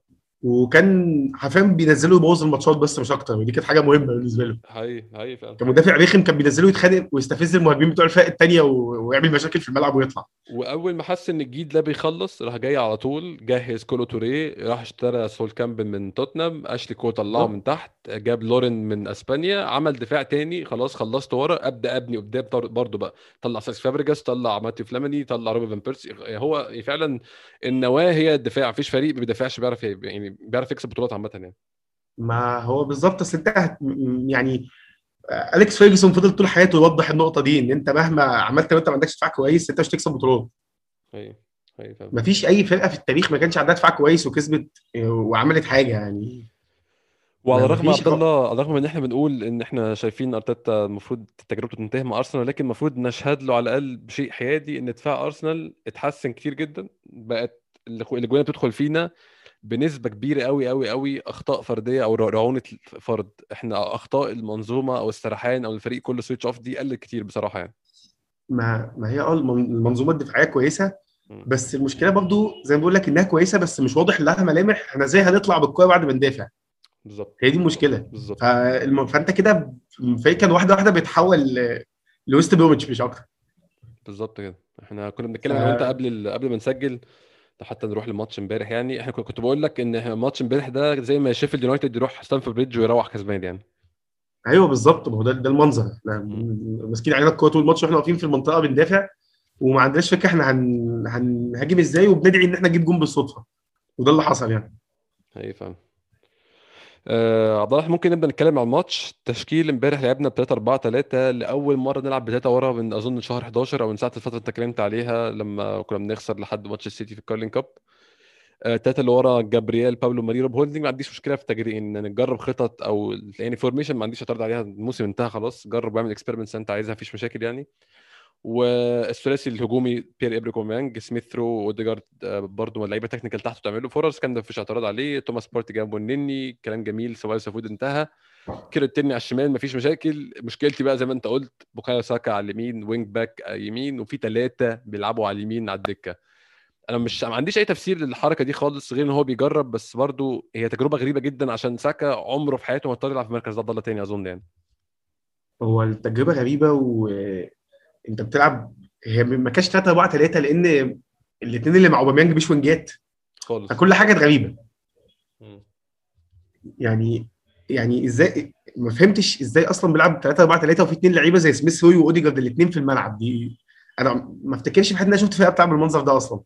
وكان حرفيا بينزله يبوظ الماتشات بس مش اكتر ودي كانت حاجه مهمه بالنسبه له. هاي هاي فعلا. كان مدافع رخم كان بينزله يتخانق ويستفز المهاجمين بتوع الفرق الثانيه ويعمل مشاكل في الملعب ويطلع. واول ما حس ان الجيل ده بيخلص راح جاي على طول جهز كولو توريه، راح اشترى سول كامبل من توتنهام، اشلي كول طلعه من بالظبط. تحت، جاب لورين من اسبانيا، عمل دفاع تاني. خلاص خلصت ورا، ابدا ابني قدام برضه بقى. طلع ساكس فابريجاس، طلع ماتيو فلاميني، طلع روبي فان بيرسي. هو فعلا النواه هي الدفاع. مفيش فريق ما بيدافعش بيعرف، يعني بيعرف يكسب بطولات عامه يعني. ما هو بالظبط اصل انت هت- م- يعني آه، اليكس فيرجسون فضل طول حياته يوضح النقطه دي ان انت مهما عملت وانت ما عندكش دفاع كويس انت مش هتكسب بطولات. هي هي فعلا. ما فيش اي فرقه في التاريخ ما كانش عندها دفاع كويس وكسبت آه، وعملت حاجه يعني. وعلى ما ما الرغم يا فيش عبد خ... الله، على الرغم ان احنا بنقول ان احنا شايفين ارتيتا المفروض تجربته تنتهي مع ارسنال، لكن المفروض نشهد له على الاقل بشيء حيادي ان دفاع ارسنال اتحسن كتير جدا. بقت الأخو- الاجوان بتدخل فينا بنسبه كبيره قوي قوي قوي اخطاء فرديه او رعونه فرد. احنا اخطاء المنظومه او السرحان او الفريق كله سويتش اوف دي قلت كتير بصراحه يعني. ما ما هي اه المن- المنظومه الدفاعيه كويسه. مم. بس المشكله برضو زي ما بقول لك انها كويسه بس مش واضح لها ملامح احنا ازاي هنطلع بالكوره بعد ما ندافع. بالظبط. هي دي المشكله. بالظبط. فالم... فانت كده الفريق كان واحده واحده بيتحول ل- لويست بروميتش مش اكتر. بالظبط كده. احنا كنا ف بنتكلم انا وانت قبل ال... قبل ما نسجل حتى نروح لماتش امبارح. يعني احنا كنت كنت بقول لك ان ماتش امبارح ده زي ما شيفيلد يونايتد يروح ستانفورد بريدج ويروح كسبان يعني. ايوه بالظبط ما هو ده ده المنظر احنا مم. ماسكين علينا الكوره طول الماتش واحنا واقفين في المنطقه بندافع وما عندناش فكره احنا هن... هنهاجم ازاي وبندعي ان احنا نجيب جون بالصدفه. وده اللي حصل يعني. هي فاهم. آه عبد الله، ممكن نبدا نتكلم عن الماتش. تشكيل امبارح لعبنا ب ثلاثة أربعة ثلاثة لاول مره نلعب بثلاثه ورا من اظن شهر حداشر، او من ساعه الفتره اللي انت اتكلمت عليها لما كنا بنخسر لحد ماتش السيتي في الكارلين كاب. آه، التلاته اللي ورا جابرييل، بابلو ماري، روب هولدنج. ما عنديش مشكله في تجري ان نجرب خطط او يعني فورميشن، ما عنديش اعتراض عليها. الموسم انتهى خلاص، جرب واعمل اكسبيرمنتس انت عايزها، مفيش مشاكل يعني. والثلاثي الهجومي بير ابريك ومانج، سميث رو، اوديجارد، آه، برضه لعيبه تكنيكال تحته تعمل له فرص، كان ده مفيش اعتراض عليه. توماس بارتي جنبه النني، كلام جميل. سواء سافود انتهى كده. التاني على الشمال مفيش مشاكل. مشكلتي بقى زي ما انت قلت بوكايو ساكا على اليمين، وينج باك يمين، وفي ثلاثه بيلعبوا على اليمين على الدكه. انا مش ما عنديش اي تفسير للحركه دي خالص غير ان هو بيجرب. بس برضو هي تجربه غريبه جدا عشان ساكا عمره في حياته ما اضطر يلعب في مركز ده الله تاني اظن يعني. هو التجربه غريبه وانت بتلعب هي ما كانش ثلاثة أربعة ثلاثة لان الاثنين اللي مع اوباميانج مش وينجات. خالص. فكل حاجه كانت غريبه. مم. يعني يعني ازاي ما فهمتش ازاي اصلا بيلعب ثلاثة أربعة ثلاثة وفي اثنين لعيبه زي سميث روي واوديجارد الاثنين في الملعب دي. انا ما افتكرش في حد انا شفت فرقه بتلعب بالمنظر ده اصلا.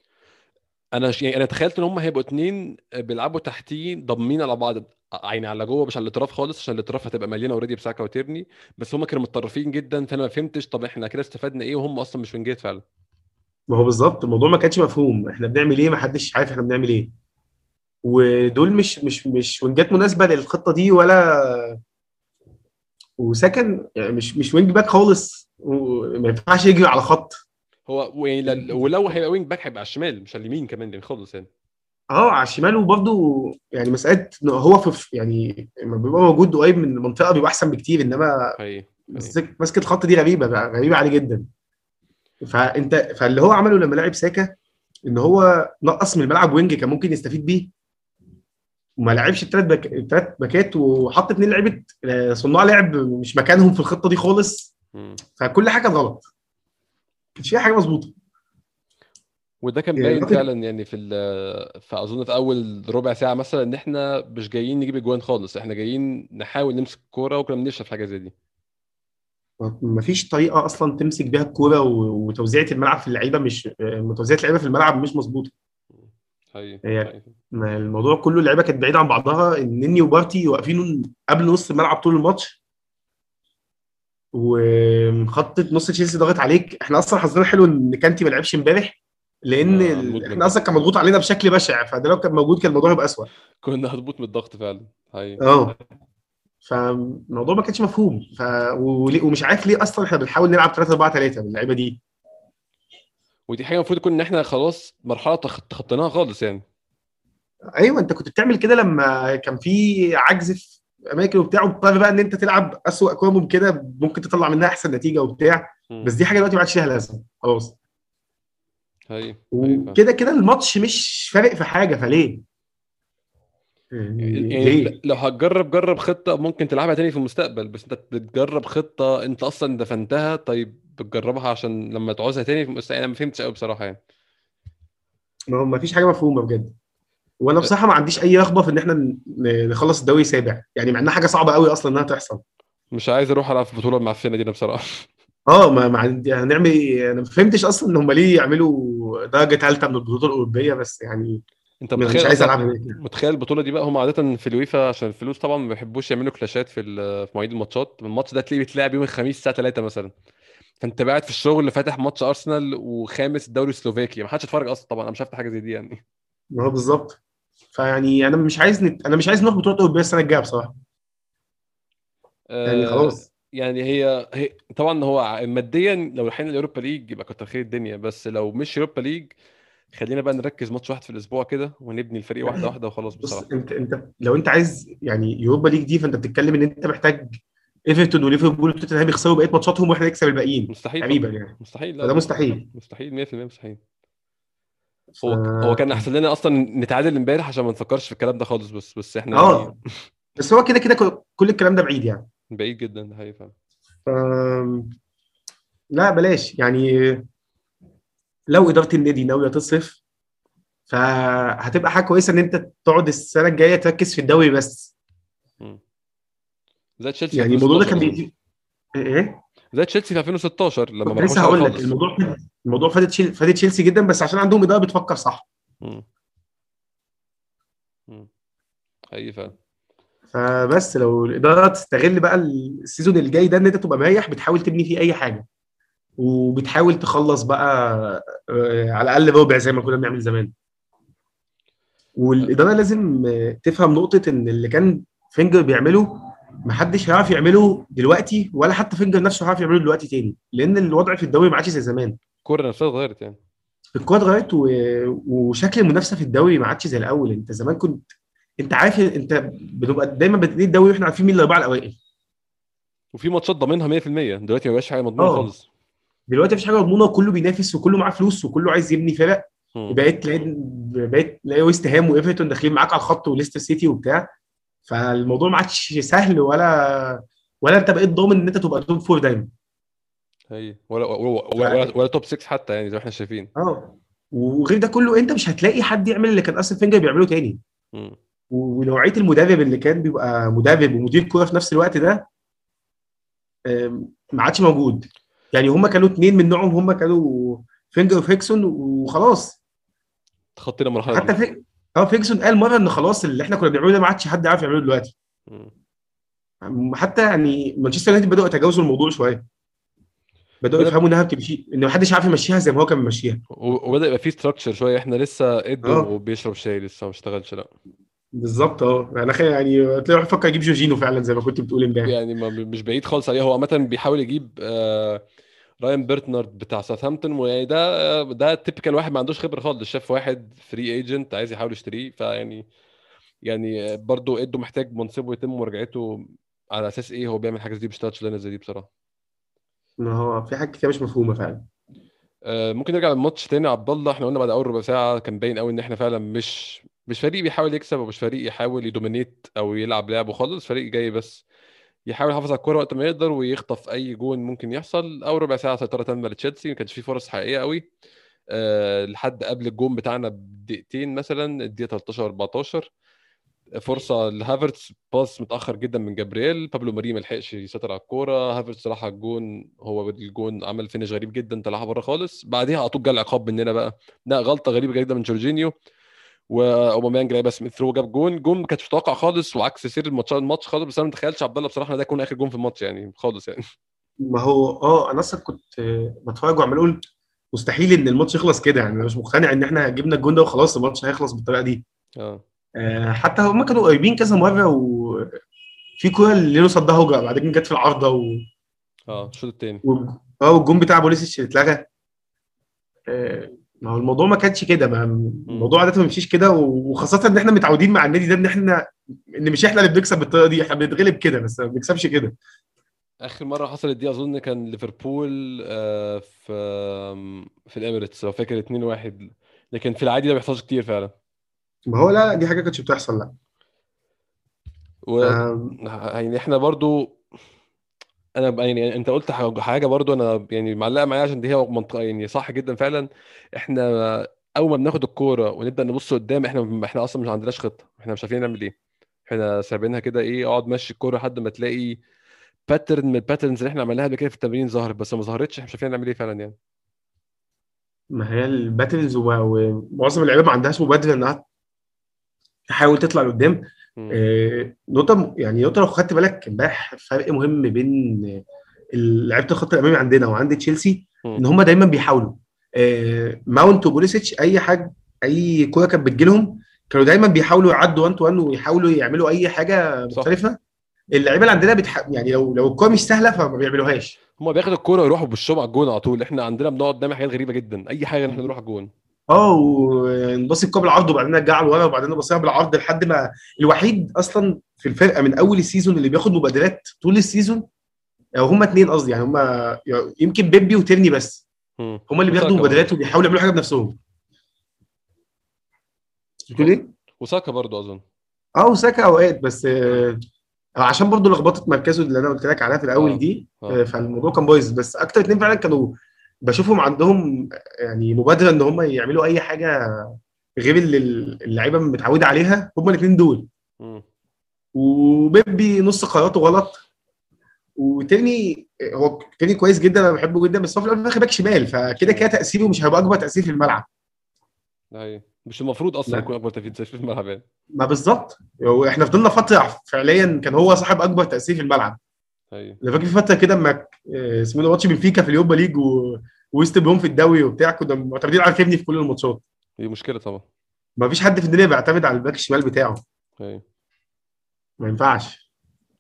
انا ش... يعني انا تخيلت ان هم هيبقوا اتنين بيلعبوا تحتيه ضامنين على بعض، يعني على جوه مش على الاطراف خالص، عشان الاطراف هتبقى مليانه اوريدي بساكا وتيرني. بس هم كانوا متطرفين جدا، فانا ما فهمتش طب احنا كده استفدنا ايه وهم اصلا مش وينجات فعلا. ما هو بالظبط الموضوع ما كانش مفهوم احنا بنعمل ايه ما حدش عارف احنا بنعمل ايه. ودول مش مش مش وينجات مناسبه للخطه دي ولا. وسكن يعني مش مش وينج باك خالص وما ينفعش يجري على خط. هو يعني لل- ولو هيبقى وينج باك هيبقى على الشمال مش على اليمين كمان يعني خالص يعني. اه على الشمال، وبرده يعني مساله إن هو في يعني لما بيبقى موجود قريب من المنطقه بيبقى احسن بكتير، انما حقيقي حقيقي. مسك- مسكه الخط دي غريبه بقى، غريبه عليه جدا. فانت فاللي هو عمله لما لعب ساكا ان هو نقص من الملعب وينج كان ممكن يستفيد بيه، وما لعبش الثلاث باك الثلاث باكات، وحط اتنين لعيبه آه، صناع لعب مش مكانهم في الخطه دي خالص. مم. فكل حاجه كانت غلط، مش فيها حاجه مظبوطه. وده كان يعني باين لقطة- فعلا يعني في ال- فاظن في اول ربع ساعه مثلا ان احنا مش جايين نجيب اجوان خالص، احنا جايين نحاول نمسك الكوره وكنا بنفشل في حاجه زي دي. مفيش طريقه اصلا تمسك بيها الكوره، و- وتوزيعه الملعب في اللعيبه مش آه، توزيعه اللعيبه في الملعب مش مظبوطه. حقيقي هي حقيقي. ما الموضوع كله اللعيبه كانت بعيده عن بعضها، النني وبارتي واقفين قبل نص الملعب طول الماتش، وخط نص تشيلسي ضاغط عليك. احنا اصلا حظنا حلو ان كانتي ما لعبش امبارح، لان ده ال... مدمن احنا ده. اصلا كان مضغوط علينا بشكل بشع، فده لو كان موجود كان الموضوع هيبقى اسوء. كنا هنموت من الضغط فعلا. حقيقي. اه فالموضوع ما كانش مفهوم، ف... وليه- ومش عارف ليه اصلا احنا بنحاول نلعب ثلاثة أربعة ثلاثة باللعيبه دي. ودي حاجه المفروض يكون ان احنا خلاص مرحله تخ- تخطيناها خالص يعني. ايوه انت كنت بتعمل كده لما كان في عجز في اماكن وبتاع، وبتضطر بقى ان انت تلعب اسوء كوره ممكنه ممكن تطلع منها احسن نتيجه وبتاع. مم. بس دي حاجه دلوقتي ما عادش ليها لازمه خلاص، حقيقي حقيقي فعلا. وكده كده الماتش مش فارق في حاجه، فليه؟ يعني يعني ل- ليه؟ لو هتجرب جرب خطة ممكن تلعبها تاني في المستقبل، بس انت بتجرب خطة انت اصلا دفنتها، طيب بتجربها عشان لما تعوزها تاني في المستقبل؟ انا ما فهمتش قوي بصراحة يعني. ما هو ما فيش حاجه مفهومه بجد. وانا بصراحه ما عنديش اي رغبه في ان احنا ن- نخلص الدوري سابع، يعني مع انها حاجه صعبه قوي اصلا انها تحصل. مش عايز اروح العب في البطولة المعفنة دي انا بصراحة. اه ما ما عندي هنعمل ايه؟ انا ما فهمتش اصلا ان هم ليه يعملوا درجه ثالثه من البطولات الاوروبيه، بس يعني انت مش متخيل عايز اصلا، العبها كده. متخيل البطولة دي بقى هم عادة في الويفا عشان الفلوس طبعا ما بيحبوش يعملوا كلاشات في ال- في مواعيد الماتشات. الماتش ده تلاقيه بيتلعب يوم الخميس الساعة ثلاثة مثلا، فانت قاعد في الشغل فاتح ماتش ارسنال وخامس الدوري السلوفاكي، ما حدش اتفرج اصلا طبعا، انا مش هفتح حاجة زي دي يعني. ما هو بالظبط. فيعني انا مش عايز نت... انا مش عايز نروح بطولات اوروبيه السنه الجايه بصراحه. يعني آه، خلاص. يعني هي هي طبعا هو ع- ماديا لو رايحين اليوروبا ليج يبقى كتر خير الدنيا، بس لو مش يوروبا ليج خلينا بقى نركز ماتش واحد في الاسبوع كده ونبني الفريق واحده واحده وخلاص بص بصراحه. انت انت لو انت عايز يعني يوروبا ليج دي، فانت بتتكلم ان انت محتاج ايفرتون وليفربول وتوتنهام يخسروا بقيه ماتشاتهم واحنا نكسب الباقيين مستحيل طبعا. تقريبا يعني. مستحيل، لا فده لا. مستحيل. مستحيل مية في المية مستحيل. ف... هو هو كان احسن لنا اصلا نتعادل امبارح عشان ما نفكرش في الكلام ده خالص، بس بس احنا يعني اه بس هو كده كده كل كل الكلام ده بعيد يعني. بعيد جدا، ده حقيقي فعلا. ف... لا بلاش يعني. لو اداره النادي ناويه تصرف، فهتبقى حاجه كويسه ان انت تقعد السنه الجايه تركز في الدوري بس. مم. زي تشيلسي في يعني الموضوع ده ألفين وستاشر كان اظن. بي... ايه؟ زي تشيلسي في ألفين وستاشر لما كنت ما لسه راحوش حاجه هقول لك خالص. الموضوع الموضوع فادت تشيل... فادت تشيلسي جدا، بس عشان عندهم اداره بتفكر صح. مم. مم. حقيقي فعلا. فبس لو الاداره تستغل بقى السيزون الجاي ده ان انت تبقى مريح بتحاول تبني فيه اي حاجه، وبتحاول تخلص بقى آه، على الاقل ربع زي ما كنا بنعمل زمان. والاداره لازم آه، تفهم نقطه ان اللي كان فينجر بيعمله محدش هيعرف يعمله دلوقتي، ولا حتى فينجر نفسه هيعرف يعمله دلوقتي تاني، لان الوضع في الدوري ما عادش زي زمان. الكوره نفسها اتغيرت يعني. الكوره اتغيرت، و... وشكل المنافسه في الدوري ما عادش زي الاول. انت زمان كنت انت عارف انت بنبقى دايما بتبتدي الدوري واحنا عارفين مين الاربعه الاوائل. وفي ماتشات ضامنها مية في المية، دلوقتي ما بقاش حاجه مضمونه اه خالص. دلوقتي مفيش حاجه مضمونه، وكله بينافس وكله معاه فلوس وكله عايز يبني فرق. مم. بقيت تلاقي بقيت تلاقي ويست هام وايفرتون داخلين معاك على الخط وليستر سيتي وبتاع. فالموضوع ما عادش سهل، ولا ولا انت بقيت ضامن ان انت تبقى توب فور دايما. هي ولا ولا ف... ولا, ولا توب ستة حتى يعني زي ما احنا شايفين. اه وغير ده كله انت مش هتلاقي حد يعمل اللي كان ارسن فينجر بيعمله تاني. مم. ونوعيه المدرب اللي كان بيبقى مدرب ومدير كوره في نفس الوقت ده آم، ما عادش موجود. يعني هم كانوا اتنين من نوعهم، هم كانوا فينجر وفيكسون وخلاص. تخطينا المرحله حتى دي. في اه فيكسون قال مره ان خلاص اللي احنا كنا بنعمله ده ما عادش حد عارف يعمله دلوقتي. مم. حتى يعني مانشستر يونايتد بدأوا يتجاوزوا الموضوع شويه، بدأوا بدأ يفهموا انها بتمشي ان ما حدش عارف يمشيها زي ما هو كان ماشيها. و- وبدأ يبقى فيه ستراكشر شويه، احنا لسه ادوا اه بيشرب شاي لسه ما اشتغلش لا. بالظبط. اه انا خ- يعني تلاقي واحد فكر يجيب جورجينو فعلا زي ما كنت بتقول امبارح. يعني ما مش بعيد خالص عليه، هو عامه بيحاول يجيب آه راين بيرتنارد بتاع ساوثهامبتون، ويعني ده ده تيبيكال واحد ما عندوش خبره خالص، شاف واحد فري ايجنت عايز يحاول يشتريه، فيعني يعني برضو ادو محتاج منصبه يتم مراجعته على اساس ايه هو بيعمل حاجه زي دي، بيشتغل شغلانه زي دي بصراحه. ان هو في حاجات كتير مش مفهومه فعلا. آه، ممكن نرجع للماتش تاني يا عبد الله. احنا قلنا بعد اول ربع ساعه كان باين قوي ان احنا فعلا مش مش فريق بيحاول يكسب، ومش فريق يحاول يدومينيت او يلعب لعبه خالص، فريق جاي بس يحاول يحافظ على الكوره وقت ما يقدر ويخطف اي جون ممكن يحصل. اول ربع ساعه سيطره تامه لتشيلسي، ما كانش فيه فرص حقيقيه قوي أه لحد قبل الجون بتاعنا بدقيقتين، مثلا الدقيقه تلتاشر اربعتاشر فرصه لهافرتس، باس متاخر جدا من جابرييل، بابلو ماري ما لحقش يسيطر على الكوره، هافرتس راح على الجون، هو الجون عمل فينش غريب جدا طلعها بره خالص، بعديها على طول جه العقاب مننا بقى، لا غلطه غريبه جدا من جورجينيو، واوباميانج لعب بس ثرو جاب جون، جون ما كانش متوقع خالص وعكس سير الماتش الماتش خالص، بس انا ما تخيلش عبد الله بصراحه إن ده يكون اخر جون في الماتش يعني خالص يعني. ما هو اه انا اصلا كنت آه، بتفرج وعمال اقول مستحيل ان الماتش يخلص كده، يعني انا مش مقتنع ان احنا جبنا الجون ده وخلاص الماتش هيخلص بالطريقه دي. اه آه، حتى هم كانوا قريبين كذا مره، وفي كوره اللي صدها هوجا بعدين جت في العارضه و... اه الشوط الثاني. و... اه والجون بتاع بوليسيتش اللي اتلغى. آه، ما هو الموضوع ما كانش كده، ما الموضوع عاده ما بيمشيش كده، وخاصه ان احنا متعودين مع النادي ده ان احنا ان مش احنا اللي بنكسب بالطريقه دي، احنا بنتغلب كده بس ما بنكسبش كده. اخر مره حصلت دي اظن كان ليفربول آه، في في الاميريتس لو فاكر اتنين واحد، لكن في العادي ده ما بيحصلش كتير فعلا. ما هو لا، دي حاجه كانتش بتحصل لا. و يعني احنا برضو، انا ب- يعني انت قلت ح- حاجه برضو انا يعني معلقه معايا عشان دي هي منطقه يعني صح جدا فعلا. احنا اول ما بناخد الكوره ونبدا نبص قدام، احنا احنا اصلا مش عندناش خطه، احنا مش عارفين نعمل ايه، احنا سايبينها كده ايه، اقعد مشي الكوره لحد ما تلاقي باترن من الباترنز اللي احنا عملناها قبل كده في التمرين ظهرت، بس ما ظهرتش، احنا مش عارفين نعمل ايه فعلا يعني. ما هي الباتلز ومعظم اللعيبه ما عندهاش مبادره انها تحاول تطلع لقدام. مم. آه، نقطه يعني نقطه لو خدت بالك امبارح فرق مهم بين لعيبه الخط الامامي عندنا وعند تشيلسي، مم. ان هم دايما بيحاولوا. آه، ماونت وبوليسيتش اي حاجه، اي كوره كانت بتجيلهم كانوا دايما بيحاولوا يعدوا واحد تو واحد ويحاولوا يعملوا اي حاجه صح. مختلفه. اللعيبه اللي عندنا بتح... يعني لو لو الكوره مش سهله فما بيعملوهاش. هما بياخدوا الكوره ويروحوا بالشوم على الجون على طول، احنا عندنا بنقعد نعمل حاجات غريبه جدا، اي حاجه ان احنا نروح على الجون. اه ونبصي الكوره بالعرض وبعدين نرجع لورا وبعدين نبصيها بالعرض لحد ما الوحيد اصلا في الفرقه من اول السيزون اللي بياخد مبادرات طول السيزون، او هم اتنين قصدي، يعني هم يمكن بيبي وتيرني بس، مم. هم اللي بياخدوا وساكا برضه. مبادرات وبيحاولوا يعملوا حاجه بنفسهم. بتقول و- ايه؟ وساكا برضه اظن. اه وساكا اوقات بس، آه، عشان برضو لخبطه مركزه اللي انا قلت لك عليها في الاول اه دي، اه. آه، فالموضوع كان بايظ، بس اكتر اتنين فعلا كانوا بشوفهم عندهم يعني مبادره ان هم يعملوا اي حاجه غير اللي اللعيبه متعوده عليها، هم الاثنين دول. مم. وبيبي نص قراراته غلط، وتاني هو تاني كويس جدا انا بحبه جدا، بس هو في الاول وفي الاخر باك شمال، فكده كده مم. تاثيره مش هيبقى اكبر تاثير في الملعب. ده هي مش المفروض اصلا ما, يكون اكبر تفيد في الملعب يعني. ما بالظبط، هو احنا فضلنا فتره فعليا كان هو صاحب اكبر تاثير في الملعب. هي انا فاكر في فتره كده اما آه، اسمه ده ماتش بنفيكا في اليوروبا ليج و... ويست بروم في الدوري وبتاع، كنا معتمدين على كيفني في كل الماتشات. دي مشكله طبعا. ما فيش حد في الدنيا بيعتمد على الباك الشمال بتاعه، هي ما ينفعش.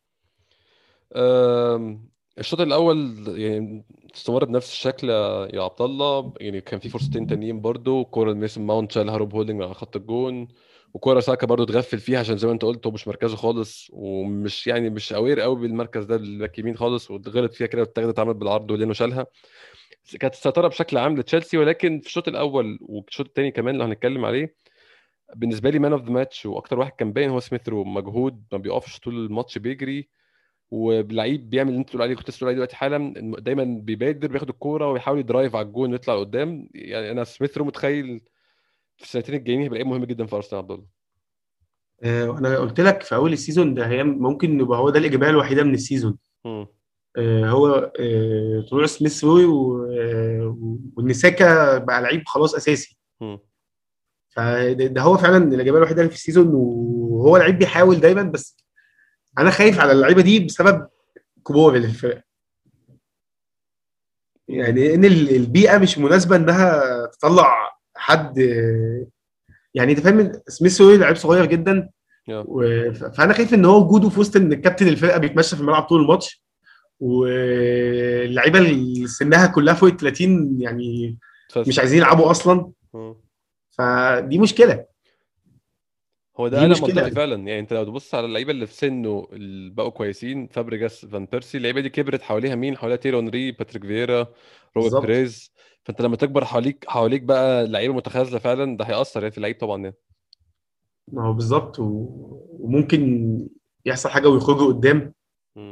أم، الشوط الاول يعني استمر بنفس الشكل يا يا عبد الله، يعني كان في فرصتين تانيين برضو، كوره ميسون ماونت شالها روب هولدنج على خط الجون، وكوره ساكا برضو اتغفل فيها عشان زي ما انت قلت هو مش مركزه خالص، ومش يعني مش اوير قوي بالمركز ده الباك يمين خالص، واتغلط فيها كده واتاخدت اتعملت بالعرض ولينو شالها. كانت السيطره بشكل عام لتشيلسي، ولكن في الشوط الاول والشوط الثاني كمان اللي هنتكلم عليه، بالنسبه لي مان اوف ذا ماتش واكتر واحد كان باين هو سميث رو، مجهود ما بيقفش طول الماتش بيجري، وبلعيب بيعمل اللي انت بتقول عليه كنت بتقول عليه دلوقتي حالا، إنه دايما بيبادر بياخد الكوره ويحاول يدرايف على الجون ويطلع لقدام، يعني انا سميث رو متخيل في السنتين الجايين هيبقى لعيب مهم جدا في ارسنال عبد الله. آه، انا قلت لك في اول السيزون ده هي ممكن يبقى هو ده الايجابيه الوحيده من السيزون. مم. آه، هو آه، طلوع سميث روي و- آه، وان ساكا بقى لعيب خلاص اساسي. مم. فده ده هو فعلا الايجابيه الوحيده اللي في السيزون، وهو لعيب بيحاول دايما، بس انا خايف على اللعيبه دي بسبب كبار اللي في الفرق. مم. يعني ان ال- البيئه مش مناسبه انها تطلع حد، آه، يعني انت فاهم سميث روي لعيب صغير جدا. يا و- ف- فانا خايف ان هو وجوده في وسط ان الكابتن الفرقه بيتمشى في الملعب طول الماتش، واللعيبه اللي سنها كلها فوق ال ثلاثين يعني مش تفسد. عايزين يلعبوا اصلا. مم. فدي مشكله. هو ده دي قلق منطقي مشكله. فعلا. يعني انت لو تبص على اللعيبه اللي في سنه اللي بقوا كويسين، فابريجاس، فان بيرسي، اللعيبه دي كبرت حواليها مين؟ حواليها تيري اونري، باتريك فييرا، روبرت بالظبط. بيريز. فانت لما تكبر حواليك حواليك بقى لعيبه متخاذله فعلا، ده هيأثر يعني في اللعيب طبعا يعني. ما هو بالظبط و- وممكن يحصل حاجه ويخرجوا قدام مم.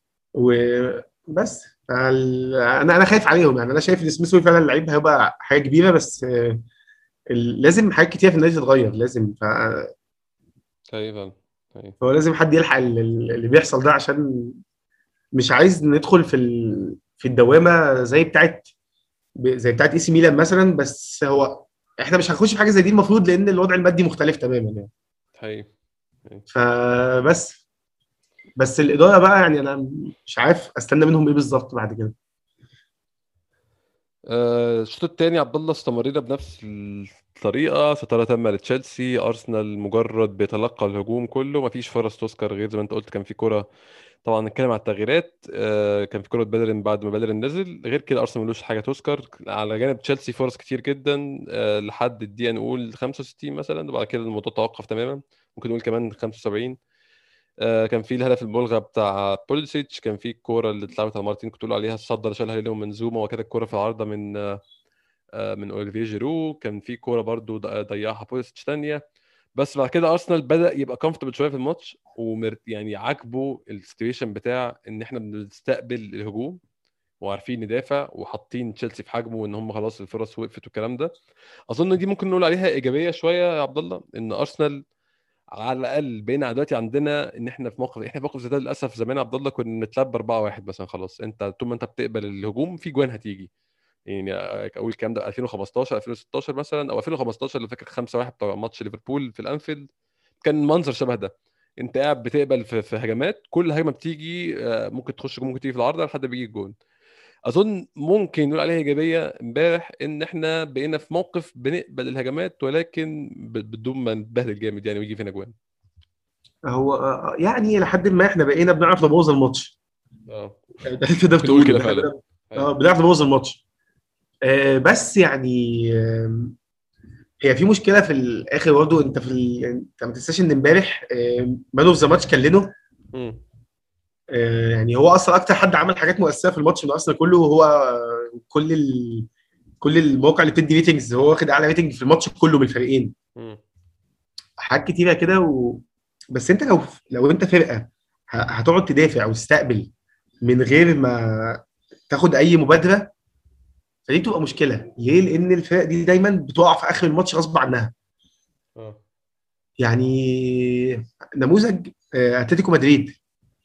وبس. فال- انا انا خايف عليهم يعني. انا شايف ان سميث روي فعلا لعيب هيبقى حاجه كبيره، بس آه، ال- لازم حاجات كتير في النادي تتغير لازم. ف- ايوه فعلا. ايوه. فهو لازم حد يلحق ال- ال- اللي بيحصل ده، عشان مش عايز ندخل في ال... في الدوامه زي بتاعت ب- زي بتاعت اي سي ميلان مثلا. بس هو احنا مش هنخش في حاجه زي دي المفروض، لان الوضع المادي مختلف تماما يعني. ايوه. أيوة. فبس بس الاداره بقى يعني انا مش عارف استنى منهم ايه بالظبط بعد كده. آه، الشوط الثاني عبد الله استمرينا بنفس الطريقه، ستاره تامه لتشيلسي. ارسنال مجرد بيتلقى الهجوم كله، مفيش فرص تذكر غير زي ما انت قلت. كان في كره، طبعا نتكلم على التغييرات، آه، كان في كره بيلرين بعد ما بيلرين نزل. غير كده ارسنال ملوش حاجه تذكر. على جانب تشيلسي فرص كتير جدا، آه، لحد الدقيقه نقول خمسة وستين مثلا، وبعد كده الموضوع توقف تماما. ممكن نقول كمان خمسة وسبعين. آه، كان في الهدف الملغى بتاع بوليسيتش، كان في الكوره اللي اتلعبت على مارتين كنت عليها، الصدر شالها لهم منزومه، وكده الكوره في العارضه من آه، من اوليفيه جيرو. كان في كوره برضو ض- ضيعها بوليسيتش ثانيه. بس بعد كده ارسنال بدا يبقى كومفورتبل شويه في الماتش، ومر يعني عاجبه السيتويشن بتاع ان احنا بنستقبل الهجوم وعارفين ندافع، وحاطين تشيلسي في حجمه، وان هم خلاص الفرص وقفت والكلام ده. اظن دي ممكن نقول عليها ايجابيه شويه يا عبد الله، ان ارسنال على الاقل بقينا دلوقتي عندنا ان احنا في موقف احنا في موقف زي ده. للاسف زمان يا عبد الله كنا نتلعب اربعة واحد مثلا، خلاص انت طول ما انت بتقبل الهجوم في جوان هتيجي. يعني اقول الكلام ده ألفين وخمستاشر ألفين وستاشر مثلا، او ألفين وخمستاشر اللي فاكر خمسة واحد بتاع ماتش ليفربول في الانفيلد، كان منظر شبه ده. انت قاعد بتقبل في, في هجمات، كل هجمه بتيجي آه، ممكن تخش جون، ممكن تيجي في العارضه لحد ما بيجي الجون. اظن ممكن نقول عليها ايجابيه امبارح، ان احنا بقينا في موقف بنقبل الهجمات، ولكن ب- بدون ما نتبهدل جامد يعني ويجي فينا جوان. هو آه، يعني لحد ما احنا بقينا بنعرف نبوظ الماتش. اه. يعني ده اللي تقدر ممكن نقول تقوله، كده ان احنا فعلا. بنعرف. اه ايوه. بنعرف نبوظ الماتش. آه بس يعني آه هي في مشكله في الاخر برضه. انت في ال... انت ما تنساش ان امبارح مان اوف ذا ماتش كان لينو. امم. آه يعني هو اصلا اكتر حد عمل حاجات مؤثره في الماتش من ارسنال كله. وهو آه، كل ال... كل المواقع اللي بتدي ريتنجز هو واخد اعلى ريتنج في الماتش كله من الفريقين. امم. حاجات كتيره كده و... بس انت لو لو انت فرقه ه- هتقعد تدافع وتستقبل من غير ما تاخد اي مبادره، فدي بتبقى مشكله. ليه؟ لان الفرق دي دايما بتقع في اخر الماتش غصب عنها. اه. يعني نموذج آه، اتلتيكو مدريد.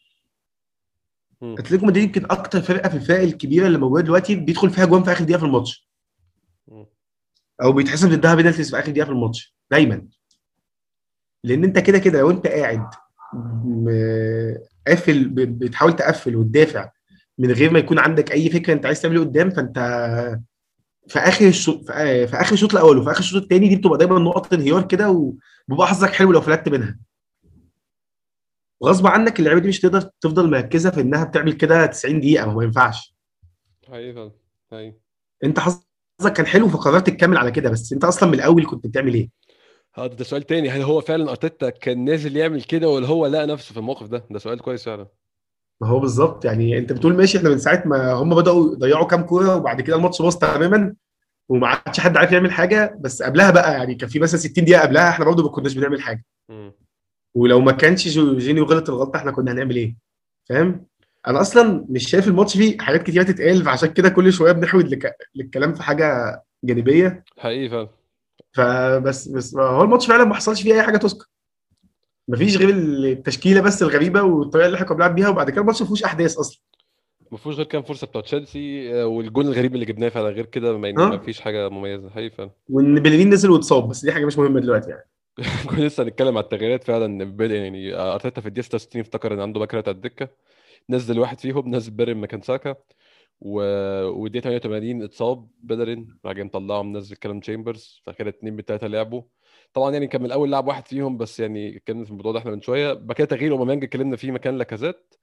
امم. اتلتيكو مدريد يمكن اكتر فرقه في الفرق الكبيره اللي موجوده دلوقتي بيدخل فيها جوان في اخر دقيقه في الماتش، امم. او بيتحسب ضدها بينالتيز في اخر دقيقه في الماتش دايما. لان انت كده كده لو انت قاعد م- قافل ب- بتحاول تقفل وتدافع من غير ما يكون عندك اي فكره انت عايز تعمل ايه قدام، فانت في اخر الشوط في آه، في اخر الشوط الاول وفي اخر الشوط الثاني دي بتبقى دايما نقط انهيار كده، وبيبقى حظك حلو لو فلتت منها. وغصب عنك اللعيبه دي مش تقدر تفضل مركزه في انها بتعمل كده تسعين دقيقه، ما هو ما ينفعش. حقيقي فعلا. ايوه. انت حظك كان حلو فقررت تكمل على كده، بس انت اصلا من الاول كنت بتعمل ايه؟ هذا ده سؤال تاني، هل هو فعلا ارتيتا كان نازل يعمل كده، ولا هو لقى نفسه في الموقف ده؟ ده سؤال كويس فعلا. ما هو بالظبط يعني. انت مم. بتقول ماشي، احنا من ساعه ما هم بداوا يضيعوا كام كوره وبعد كده الماتش باظ تماما وما عادش حد عارف يعمل حاجه. بس قبلها بقى يعني كان في مثلا ستين دقيقه قبلها احنا برضه ما كناش بنعمل حاجه. مم. ولو ما كانش جورجينيو غلط الغلطه احنا كنا هنعمل ايه؟ فاهم؟ انا اصلا مش شايف الماتش فيه حاجات كتير تتقال، فعشان كده كل شويه بنحود لك... للكلام في حاجه جانبيه. حقيقي فعلا. فبس بس هو الماتش فعلا ما حصلش فيه اي حاجه تذكر. مفيش غير التشكيله بس الغريبه والطريقه اللي احنا كنا بنلعب بيها، وبعد كده الماتش ما فيهوش احداث اصلا. ما فيهوش غير كام فرصه بتوع تشيلسي، آه، والجون الغريب اللي جبناه فعلا. غير كده ما يعني ما ها. فيش حاجه مميزه حقيقي فعلا. وان بيلينين نزل واتصاب، بس دي حاجه مش مهمه دلوقتي يعني. كنا لسه هنتكلم على التغييرات فعلا. بدا يعني ارتيتا في الدقيقه ستة وستين افتكر ان عنده باك رايت على الدكه، نزل واحد فيهم، نزل بيرن مكان ساكا. و... والدقيقه ثمانية وثمانين اتصاب بيلرين، بعدين مطلعه منزل كلام تشامبرز، فكده اتنين من التلاته لعبوا. طبعا يعني كان من الاول لعب واحد فيهم بس، يعني اتكلمنا في الموضوع ده احنا من شويه. بعد كده تغيير اوباميانج اتكلمنا فيه مكان لاكازيت.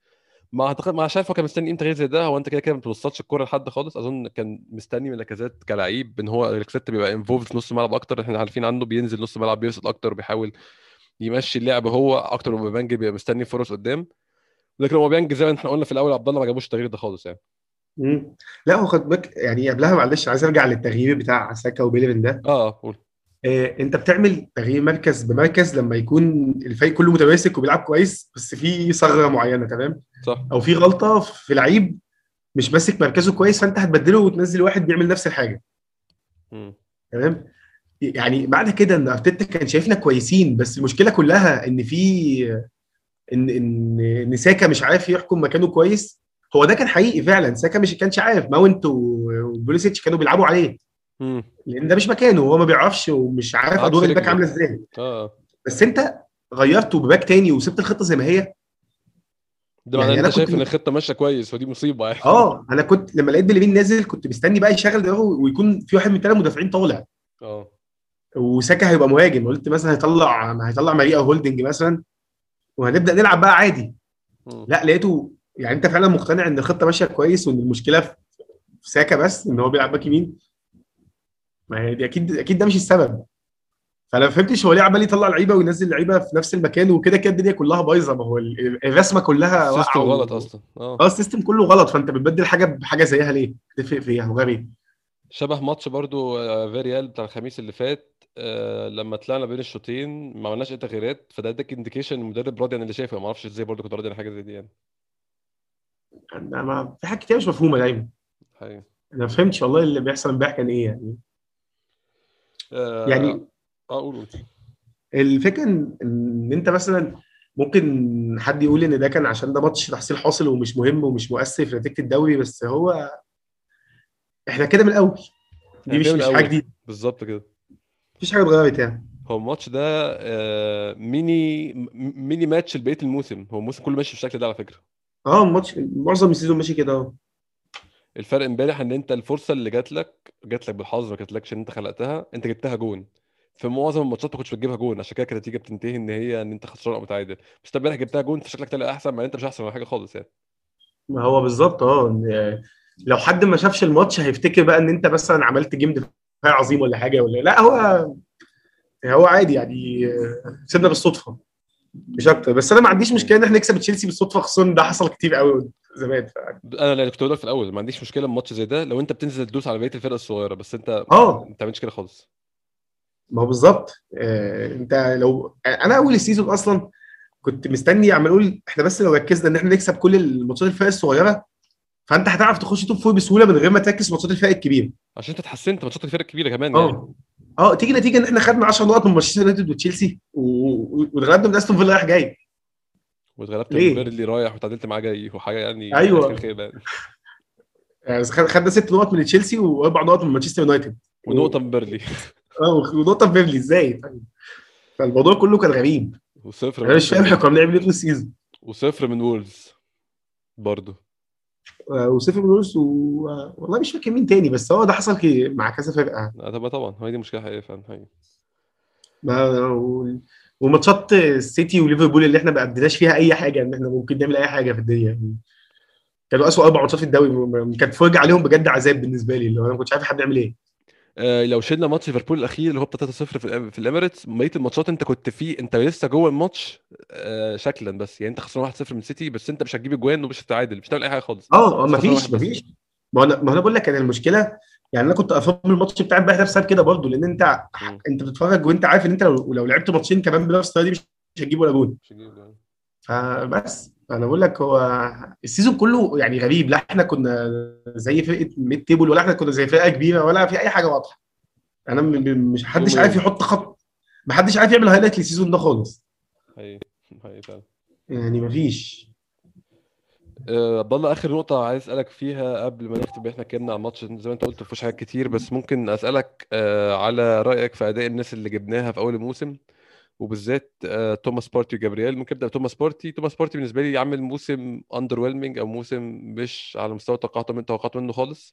ما اعتقد، ما شايف هو كان مستني امتى غير زي ده. هو انت كده كده ما بتوصلش الكوره لحد خالص. اظن كان مستني من لاكازيت كلاعب ان هو لاكازيت بيبقى انفولد في نص الملعب اكتر. احنا عارفين عنه بينزل نص الملعب بيوصل اكتر وبيحاول يمشي اللعب هو اكتر من بيبانج بيبقى مستني فرص قدام. لكن هو بيانج زي ما احنا قلنا في الاول، عبد الله ما جابوش التغيير ده خالص يعني. مم. لا هو خد بالك يعني قبلها، معلش عايز ارجع للتغيير بتاع ساكا وبيلرين ده. اه قول. آه، انت بتعمل تغيير مركز بمركز لما يكون الفريق كله متماسك وبيلعب كويس، بس في ثغره معينه، تمام، صح. او في غلطه في لعيب مش ماسك مركزه كويس، فانت هتبدله وتنزل واحد بيعمل نفس الحاجه. مم. تمام. يعني معنى كده ان ارتيتا كان شايفنا كويسين، بس المشكله كلها ان في ان ان ان ساكا مش عارف يحكم مكانه كويس. هو ده كان حقيقي فعلا، ساكا مش كانش عارف، ماونت و- وبوليسيتش كانوا بيلعبوا عليه، مم. لان ده مش مكانه، هو ما بيعرفش ومش عارف عكس ادوار الباك رجله. عامله ازاي. اه. بس انت غيرته بباك تاني وسبت الخطه زي ما هي. ده معناه ان يعني انا انت كنت شايف ان م... الخطه ماشيه كويس، ودي مصيبه يعني. اه انا كنت لما لقيت بليفين نازل كنت مستني بقى يشغل دماغه ويكون في واحد من الثلاث مدافعين طالع، اه. وساكا هيبقى مهاجم. قلت مثلا هيطلع هيطلع ماريا هولدنج مثلا، وهنبدا نلعب بقى عادي. مم. لا لقيته يعني انت فعلا مقتنع ان الخطه ماشيه كويس، وان المشكله في في ساكا بس ان هو بيلعب باك يمين. ما هي دي اكيد اكيد ده مش السبب. فانا ما فهمتش هو ليه عمال يطلع لعيبه وينزل لعيبه في نفس المكان، وكده كده الدنيا كلها بايظه. ما هو ال- الرسمه كلها السيستم واقعه غلط و... اصلا اه اه. السيستم كله غلط، فانت بتبدل حاجه بحاجه زيها ليه؟ تفرق في ايه يا غبي؟ شبه ماتش برضو آه، فيريال بتاع الخميس اللي فات. آه، لما طلعنا بين الشوطين ما عملناش اي تغييرات، فده اداك انديكيشن المدرب راضي عن اللي شايفه. ما اعرفش ازاي برضو كنت راضي عن حاجه زي دي يعني. انا ما في حاجات كتير مش مفهومه دايما. حقيقي. انا ما فهمتش والله اللي بيحصل امبارح كان ايه يعني. اه. يعني آه، قول قول. الفكره ان إن انت مثلا ممكن حد يقول ان ده كان عشان ده ماتش تحصيل حاصل ومش مهم ومش مؤثر في نتيجه الدوري، بس هو احنا كده من الاول، احنا دي كده مش من مش حاجه الاول جديده، بالظبط كده. مفيش حاجه اتغيرت يعني. هو الماتش ده آه، ميني م- ميني ماتش لبقيه الموسم. هو الموسم كله ماشي بالشكل ده على فكره. اه الماتش معظم السيزون ماشي كده اهو. الفرق امبارح ان انت الفرصه اللي جات لك جات لك بالحظ، ما جاتلكش ان انت خلقتها، انت جبتها جون. في معظم الماتشات ما كنتش بتجيبها جون، عشان كده كانت النتيجه بتنتهي ان هي ان انت خسران او متعادل. بس انت امبارح جبتها جون، فشكلك طلع احسن، مع ان انت مش احسن ولا حاجه خالص يعني. ما هو بالظبط اه إن- لو حد ما شافش الماتش هيفتكر بقى ان انت مثلا عملت جيم دفاعي عظيم ولا حاجه، ولا لا هو هو عادي يعني. آه، كسبنا بالصدفه مش اكتر. بس انا ما عنديش مم. مشكله ان احنا نكسب تشيلسي بالصدفه، خصوصا إن ده حصل كتير قوي زمان ف... انا اللي كنت بقول لك في الاول، ما عنديش مشكله بماتش زي ده لو انت بتنزل تدوس على بقيه الفرق الصغيره، بس انت اه ما بتعملش كده خالص. ما هو بالظبط. آه انت لو انا اول السيزون اصلا كنت مستني عمال اقول احنا بس لو ركزنا ان احنا نكسب كل الماتشات الفرق الصغيره، فانت هتعرف تخش توب فور بسهوله من غير ما تركز في ماتشات الفرق الكبيره. عشان انت اتحسنت ماتشات الفرق الكبيره كمان يعني. اه اه تيجي نتيجه ان احنا خدنا عشر نقط من مانشستر يونايتد وتشيلسي و- و- واتغلبنا من استون فيلا رايح جاي. واتغلبت من ليه؟ بيرلي رايح وتعادلت معاه جاي، وحاجه يعني اخر ايوه خيبه يعني. يعني خد- خدنا ست نقط من تشيلسي واربع نقط من مانشستر يونايتد و... ونقطه من بيرلي. اه ونقطه في بيرلي ازاي؟ فالموضوع كله كان غريب. وصفر من انا مش فاهم احنا استون كنا بنعمل ايه طول السيزون. وصفر من وولفز برضه. آه، وصفر من روس و... آه، والله مش فاكر مين تاني، بس هو ده حصل كي- مع كذا فرقه. لا طبعا طبعا، هي دي مشكله حقيقيه فعلا حقيقي. ما... و... وماتشات السيتي وليفربول اللي احنا ما قدناش فيها اي حاجه ان احنا ممكن نعمل اي حاجه في الدنيا يعني. كانوا اسوء اربع ماتشات في الدوري، م- م- كانت فرجه عليهم بجد عذاب بالنسبه لي، اللي هو انا ما كنتش عارف حد يعمل ايه. آه لو شلنا ماتش ليفربول الاخير اللي هو بتاع ثلاثة صفر في الأم- في الاميريتس، بقيه الماتشات انت كنت فيه، انت لسه جوه الماتش آه شكلا بس يعني. انت خسران واحد صفر من سيتي، بس انت مش هتجيب اجوان ومش هتتعادل، مش هتعمل اي حاجه خالص. اه اه بس خسران مفيش واحد بس. مفيش. ما انا ما انا بقول لك كان المشكله. يعني انا كنت افهم الماتش بتاع امبارح ده بسبب كده برضه، لان انت مم. انت بتتفرج وانت عارف ان انت لو, لو لعبت ماتشين كمان بنفس الطريقه دي مش مش هتجيب ولا جول. مش هتجيب أجوان. فبس انا بقول لك هو السيزون كله يعني غريب. لا احنا كنا زي فرقه ميد تيبل، ولا احنا كنا زي فرقه كبيره، ولا في اي حاجه واضحه. انا م- م- مش يوم حدش عارف ويوم. يحط خط، ما حدش عارف يعمل هايلايت للسيزون ده خالص. حقيقي. حقيقي فعلا. يعني مفيش. آه، عبد الله، اخر نقطه عايز اسالك فيها قبل ما نختم. احنا اتكلمنا عن الماتش زي ما انت قلت، مفيش حاجات كتير، بس ممكن اسالك آه، على رايك في اداء الناس اللي جبناها في اول الموسم، وبالذات آه، توماس بارتي وجابرييل. ممكن نبدا بتوماس بارتي. توماس بارتي بالنسبه لي عامل موسم اندر ويلمنج، او موسم مش على مستوى توقعات من توقعات منه خالص.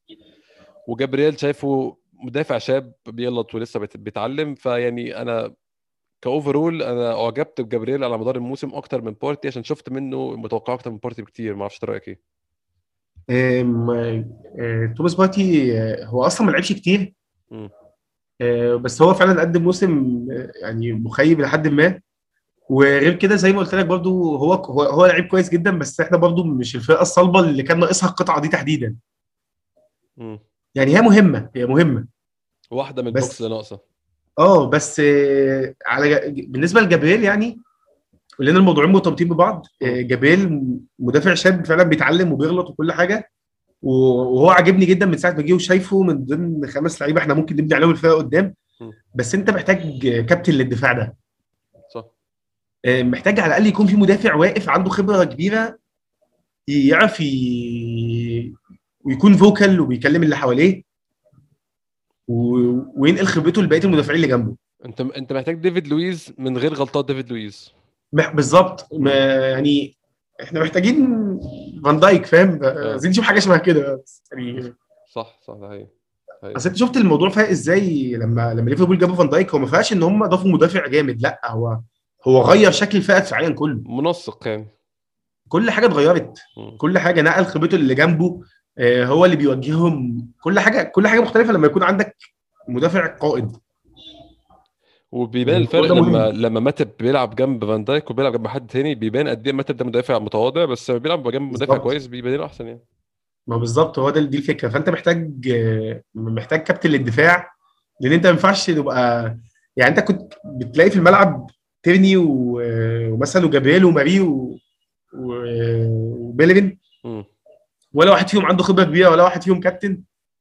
وجابرييل شايفه مدافع شاب بيغلط ولسه بيت- بيتعلم. فيعني انا كاوفرول انا اعجبت بجابرييل على مدار الموسم اكتر من بارتي، عشان شفت منه متوقع اكتر من بارتي بكتير. ما اعرفش إنت رايك ايه. آم، آه، توماس بارتي آه، هو اصلا ما لعبش كتير. امم. آه، بس هو فعلا قدم موسم آه، يعني مخيب لحد ما. وغير كده زي ما قلت لك برضو هو هو هو لعيب كويس جدا، بس احنا برضو مش الفرقه الصلبه اللي كان ناقصها القطعه دي تحديدا. امم. يعني هي مهمه، هي مهمه. واحده من البوكس بس اللي ناقصه. اه بس آه، على ج- بالنسبه لجابريل يعني، لان الموضوعين مرتبطين ببعض. امم. آه، جابريل مدافع شاب فعلا بيتعلم وبيغلط وكل حاجه. وهو عاجبني جدا من ساعه ما جه، وشايفه من ضمن خمس لعيبه احنا ممكن نبني عليهم الفرقه قدام. امم. بس انت محتاج كابتن للدفاع ده. صح. آه، محتاج على الاقل يكون في مدافع واقف عنده خبره كبيره، يعرف ي... ويكون فوكال وبيكلم اللي حواليه، و... وينقل خبرته لبقيه المدافعين اللي جنبه. انت انت محتاج ديفيد لويز من غير غلطات ديفيد لويز. مح- بالظبط ما امم. يعني احنا محتاجين فان دايك، فاهم؟ اه. عايزين نشوف حاجه شبه كده بس يعني. صح صح، ده حقيقي. حقيقي. اصل انت شفت الموضوع فاق ازاي لما لما ليفربول جابوا فان دايك. هو ما فيهاش ان هم ضافوا مدافع جامد، لا، هو هو غير شكل الفرقه دفاعيا كله. منسق يعني. كل حاجه اتغيرت. مم. كل حاجه نقل خبرته اللي جنبه. آه، هو اللي بيوجههم. كل حاجه كل حاجه مختلفه لما يكون عندك مدافع قائد. وبيبان والموضوع الفرق ده لما مهم. لما ماتب بيلعب جنب فان دايك وبيلعب جنب حد تاني، بيبان قد ايه ماتب ده مدافع متواضع، بس لما بيلعب جنب مدافع بالظبط. كويس بيبان له احسن يعني. ما بالظبط هو ده دي الفكره. فانت محتاج آه، محتاج كابتن للدفاع. لان انت ما ينفعش تبقى يعني انت كنت بتلاقي في الملعب تيرني و- ومثلا وجابريل وماري و- و- وبيلرين. امم. ولا واحد فيهم عنده خبره كبيره، ولا واحد فيهم كابتن.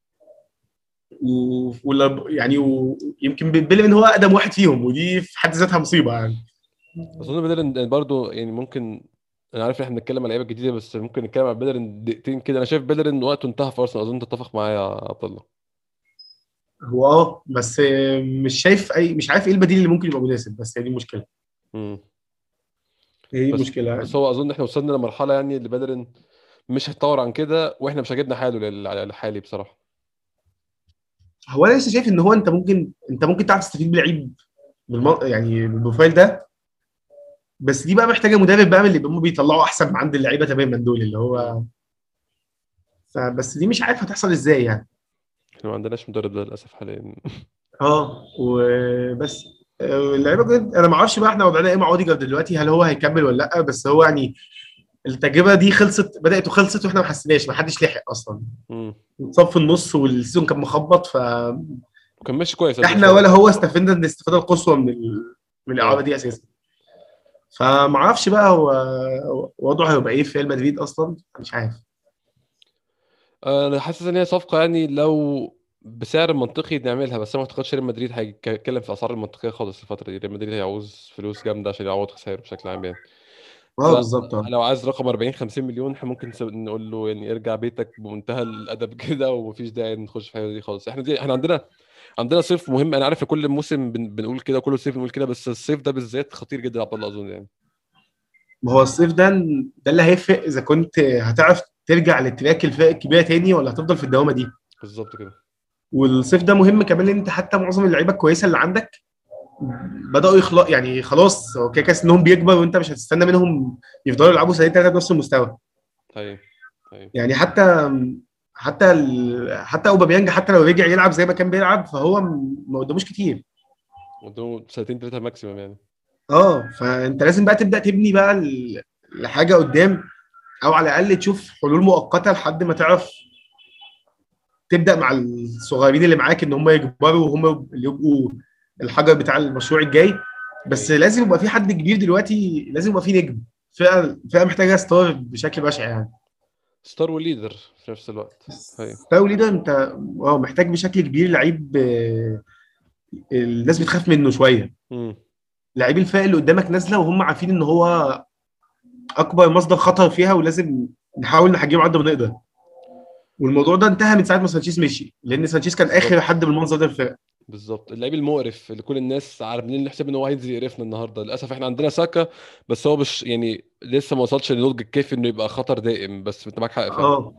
و... ولا يعني ويمكن بيلرين هو اقدم واحد فيهم، ودي في حد ذاتها مصيبه يعني. اظن بيدرن برضو يعني ممكن. انا عارف ان احنا بنتكلم على لعيبه جديده، بس ممكن نتكلم على بيدرن دقيقتين كده. انا شايف بيدرن وقته انتهى في ارسنال، اظن تتفق معايا يا عبد الله. هو اه بس مش شايف اي مش عارف ايه البديل اللي ممكن يبقى مناسب. بس هي دي المشكله. امم. هي دي بس المشكله بس يعني. هو اظن احنا وصلنا لمرحله يعني اللي بيدرن مش هيتطور عن كده، واحنا مش عاجبنا حاله لل- الحالي بصراحه. هو انا لسه شايف ان هو انت ممكن انت ممكن تعرف تستفيد بلعيب بالم... يعني بالبروفايل ده. بس دي بقى محتاجه مدرب بقى من اللي هم بيطلعوا احسن ما عند اللعيبه تماما دول اللي امم. هو. فبس دي مش عارف هتحصل ازاي يعني. احنا ما عندناش مدرب ده للاسف حاليا. اه وبس. آه، اللعيبه جد انا ما اعرفش بقى احنا وضعنا ايه مع اوديجارد دلوقتي، هل هو هيكمل ولا لا؟ بس هو يعني التجربه دي خلصت، بدات وخلصت واحنا ما حسيناش، ما حدش لحق اصلا. امم. اتصاب في النص والسيزون كان مخبط. فاحنا وكان ماشي كويس قبل الاصابه. ولا هو استفدنا الاستفاده القصوى من ال... من الاعاره اه. دي اساسا. فما اعرفش بقى هو وضعه هيبقى ايه في ريال مدريد اصلا، مش عارف. انا حاسس ان هي صفقه يعني لو بسعر منطقي نعملها، بس انا ما اعتقدش ريال مدريد هيتكلم في اسعار المنطقيه خالص الفتره دي. ريال مدريد هيعوز فلوس جامده عشان يعوض خسائر بشكل عام يعني. اه بالظبط اه. فلو عايز رقم أربعين خمسين مليون احنا ممكن نسب- نقول له يعني ارجع بيتك بمنتهى الادب كده، ومفيش داعي نخش في الحاجه دي خالص. احنا دي احنا عندنا عندنا صيف مهم. انا عارف في كل موسم بن... بنقول كده، كل صيف بنقول كده، بس الصيف ده بالذات خطير جدا يا عبد الله اظن يعني. ما هو الصيف ده ده اللي هيفرق اذا كنت هتعرف ترجع للتراك الفرق الكبيره تاني، ولا هتفضل في الدوامه دي. بالظبط كده. والصيف ده مهم كمان لان انت حتى معظم اللعيبه الكويسه اللي عندك بداوا يخلق يعني خلاص. هو كده كده سنهم بيكبر، وانت مش هتستنى منهم يفضلوا يلعبوا سنتين ثلاثه بنفس المستوى. طيب. طيب. يعني حتى حتى ال... حتى اوباميانج حتى لو رجع يلعب زي ما كان بيلعب فهو م- ما قداموش كتير. قدامه سنتين ثلاثه ماكسيمم يعني. اه فانت لازم بقى تبدا تبني بقى ال- لحاجه قدام، او على الاقل تشوف حلول مؤقته لحد ما تعرف تبدا مع الصغيرين اللي معاك ان هم يكبروا وهم اللي يبقوا الحجر بتاع المشروع الجاي. بس طيب. لازم يبقى في حد كبير دلوقتي، لازم يبقى في نجم. فئه فئه محتاجه ستار بشكل بشع يعني. ستار وليدر في نفس الوقت. طيب. ستار ده انت اه محتاج بشكل كبير لعيب آه، الناس بتخاف منه شويه. امم. لعيب الفئه اللي قدامك نازله وهم عارفين ان هو اكبر مصدر خطر فيها، ولازم نحاول نحجمه على قد ما نقدر. والموضوع ده انتهى من ساعه ما سانشيز مشي، لان سانشيز كان اخر بالظبط. حد بالمنظر ده الفرقه. بالظبط اللعيب المقرف اللي كل الناس عارفين نحسب ان هو هينزل يقرفنا النهارده. للاسف احنا عندنا ساكا، بس هو مش يعني لسه ما وصلش للنضج الكافي انه يبقى خطر دائم. بس انت معاك حق فعلا. اه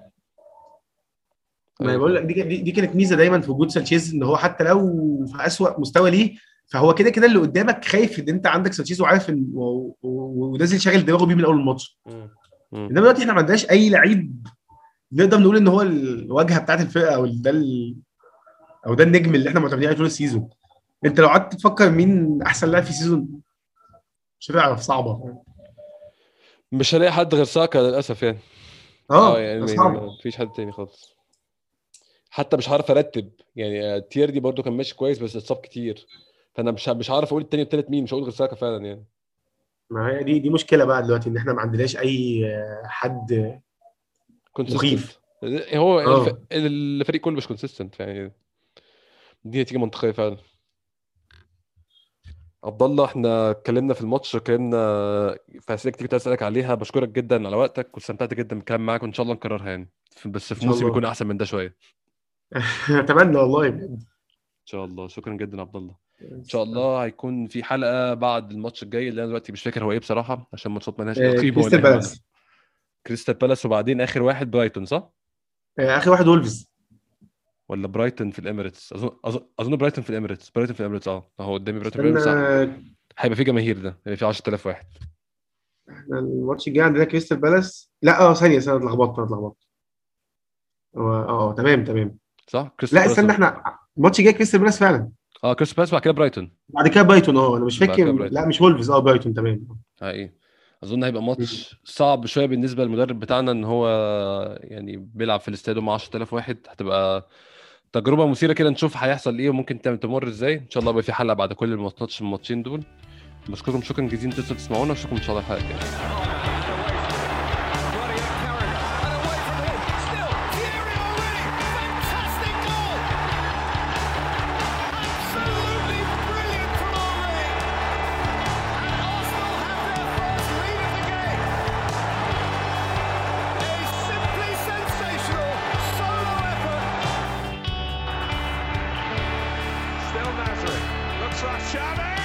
ما ايوه بقول فعلا. لك دي, دي دي كانت ميزه دايما في وجود سانشيز، ان هو حتى لو في اسوأ مستوى ليه فهو كده كده اللي قدامك خايف ان انت عندك سانشيز وعارف ان و- و- ونازل شاغل دماغه بيه من اول الماتش. مم. مم. انما دلوقتي احنا ما عندناش اي لعيب نقدر نقول ان هو الواجهه بتاعت الفرقه، او ده ال- او ده النجم اللي احنا معتمدين عليه طول السيزون. انت لو قعدت تفكر مين احسن لاعب في السيزون مش هتعرف، صعبه. مش هلاقي حد غير ساكا للاسف يعني. اه اه يعني يعني ما صعب. فيش حد تاني خالص. حتى مش عارف ارتب يعني. تير دي برضو كان ماشي كويس بس اتصاب كتير، فانا مش مش عارف اقول التاني والتالت مين. مش هقول غير ساكا فعلا يعني. ما هي دي دي مشكله بقى دلوقتي، ان احنا ما عندناش اي آه، حد كونسيستنت. مخيف. هو الف... اه الفريق كله مش كونسيستنت يعني. دي نتيجه منطقيه فعلا. عبد الله، احنا اتكلمنا في الماتش، اتكلمنا في اسئله كتير كنت اسالك عليها. بشكرك جدا على وقتك واستمتعت جدا بالكلام معاك، وان شاء الله نكررها يعني في- بس ان في شاء موسم يكون الله. احسن من ده شويه ان اتمنى والله بجد. شاء الله. شكرا جدا يا عبد الله. ان شاء الله هيكون في حلقه بعد الماتش الجاي اللي انا دلوقتي مش فاكر هو ايه بصراحه، عشان الماتشات مالهاش اي آه، قيمه ولا كريستال اي معنى. بالاس. كريستال بالاس، وبعدين اخر واحد برايتون صح؟ آه، اخر واحد وولفز. ولا برايتون في الاميريتس؟ اظن اظن أظن برايتون في الاميريتس. برايتون في الاميريتس اه اهو قدامي برايتون في استنى، الاميريتس. هيبقى في جماهير، ده هيبقى في عشرة آلاف واحد. احنا الماتش الجاي عندنا كريستال بالاس. لا اه ثانيه ثانيه، اتلخبطت انا اتلخبطت. اه اه تمام تمام. صح كريستال لا بالاس. استنى، احنا الماتش الجاي كريستال بالاس فعلا. اه كريستال بالاس بعد كده برايتون. بعد كده بايتون. اه انا مش بعد فاكر. كده لا برايتون مش وولفز، اه بايتون تمام. حقيقي. اظن هيبقى ماتش صعب شويه بالنسبه للمدرب بتاعنا، ان هو يعني بيلعب في الاستاد مع عشرة آلاف واحد. هتبقى تجربه مثيره كده، نشوف هيحصل ايه وممكن تعمل تمر ازاي. ان شاء الله يبقى في حلقه بعد كل الماتشات الماتشين دول. بشكركم شكرا جزيلا انتوا تسمعونا، واشوفكم ان شاء الله الحلقه الجايه. Looks like Xavi!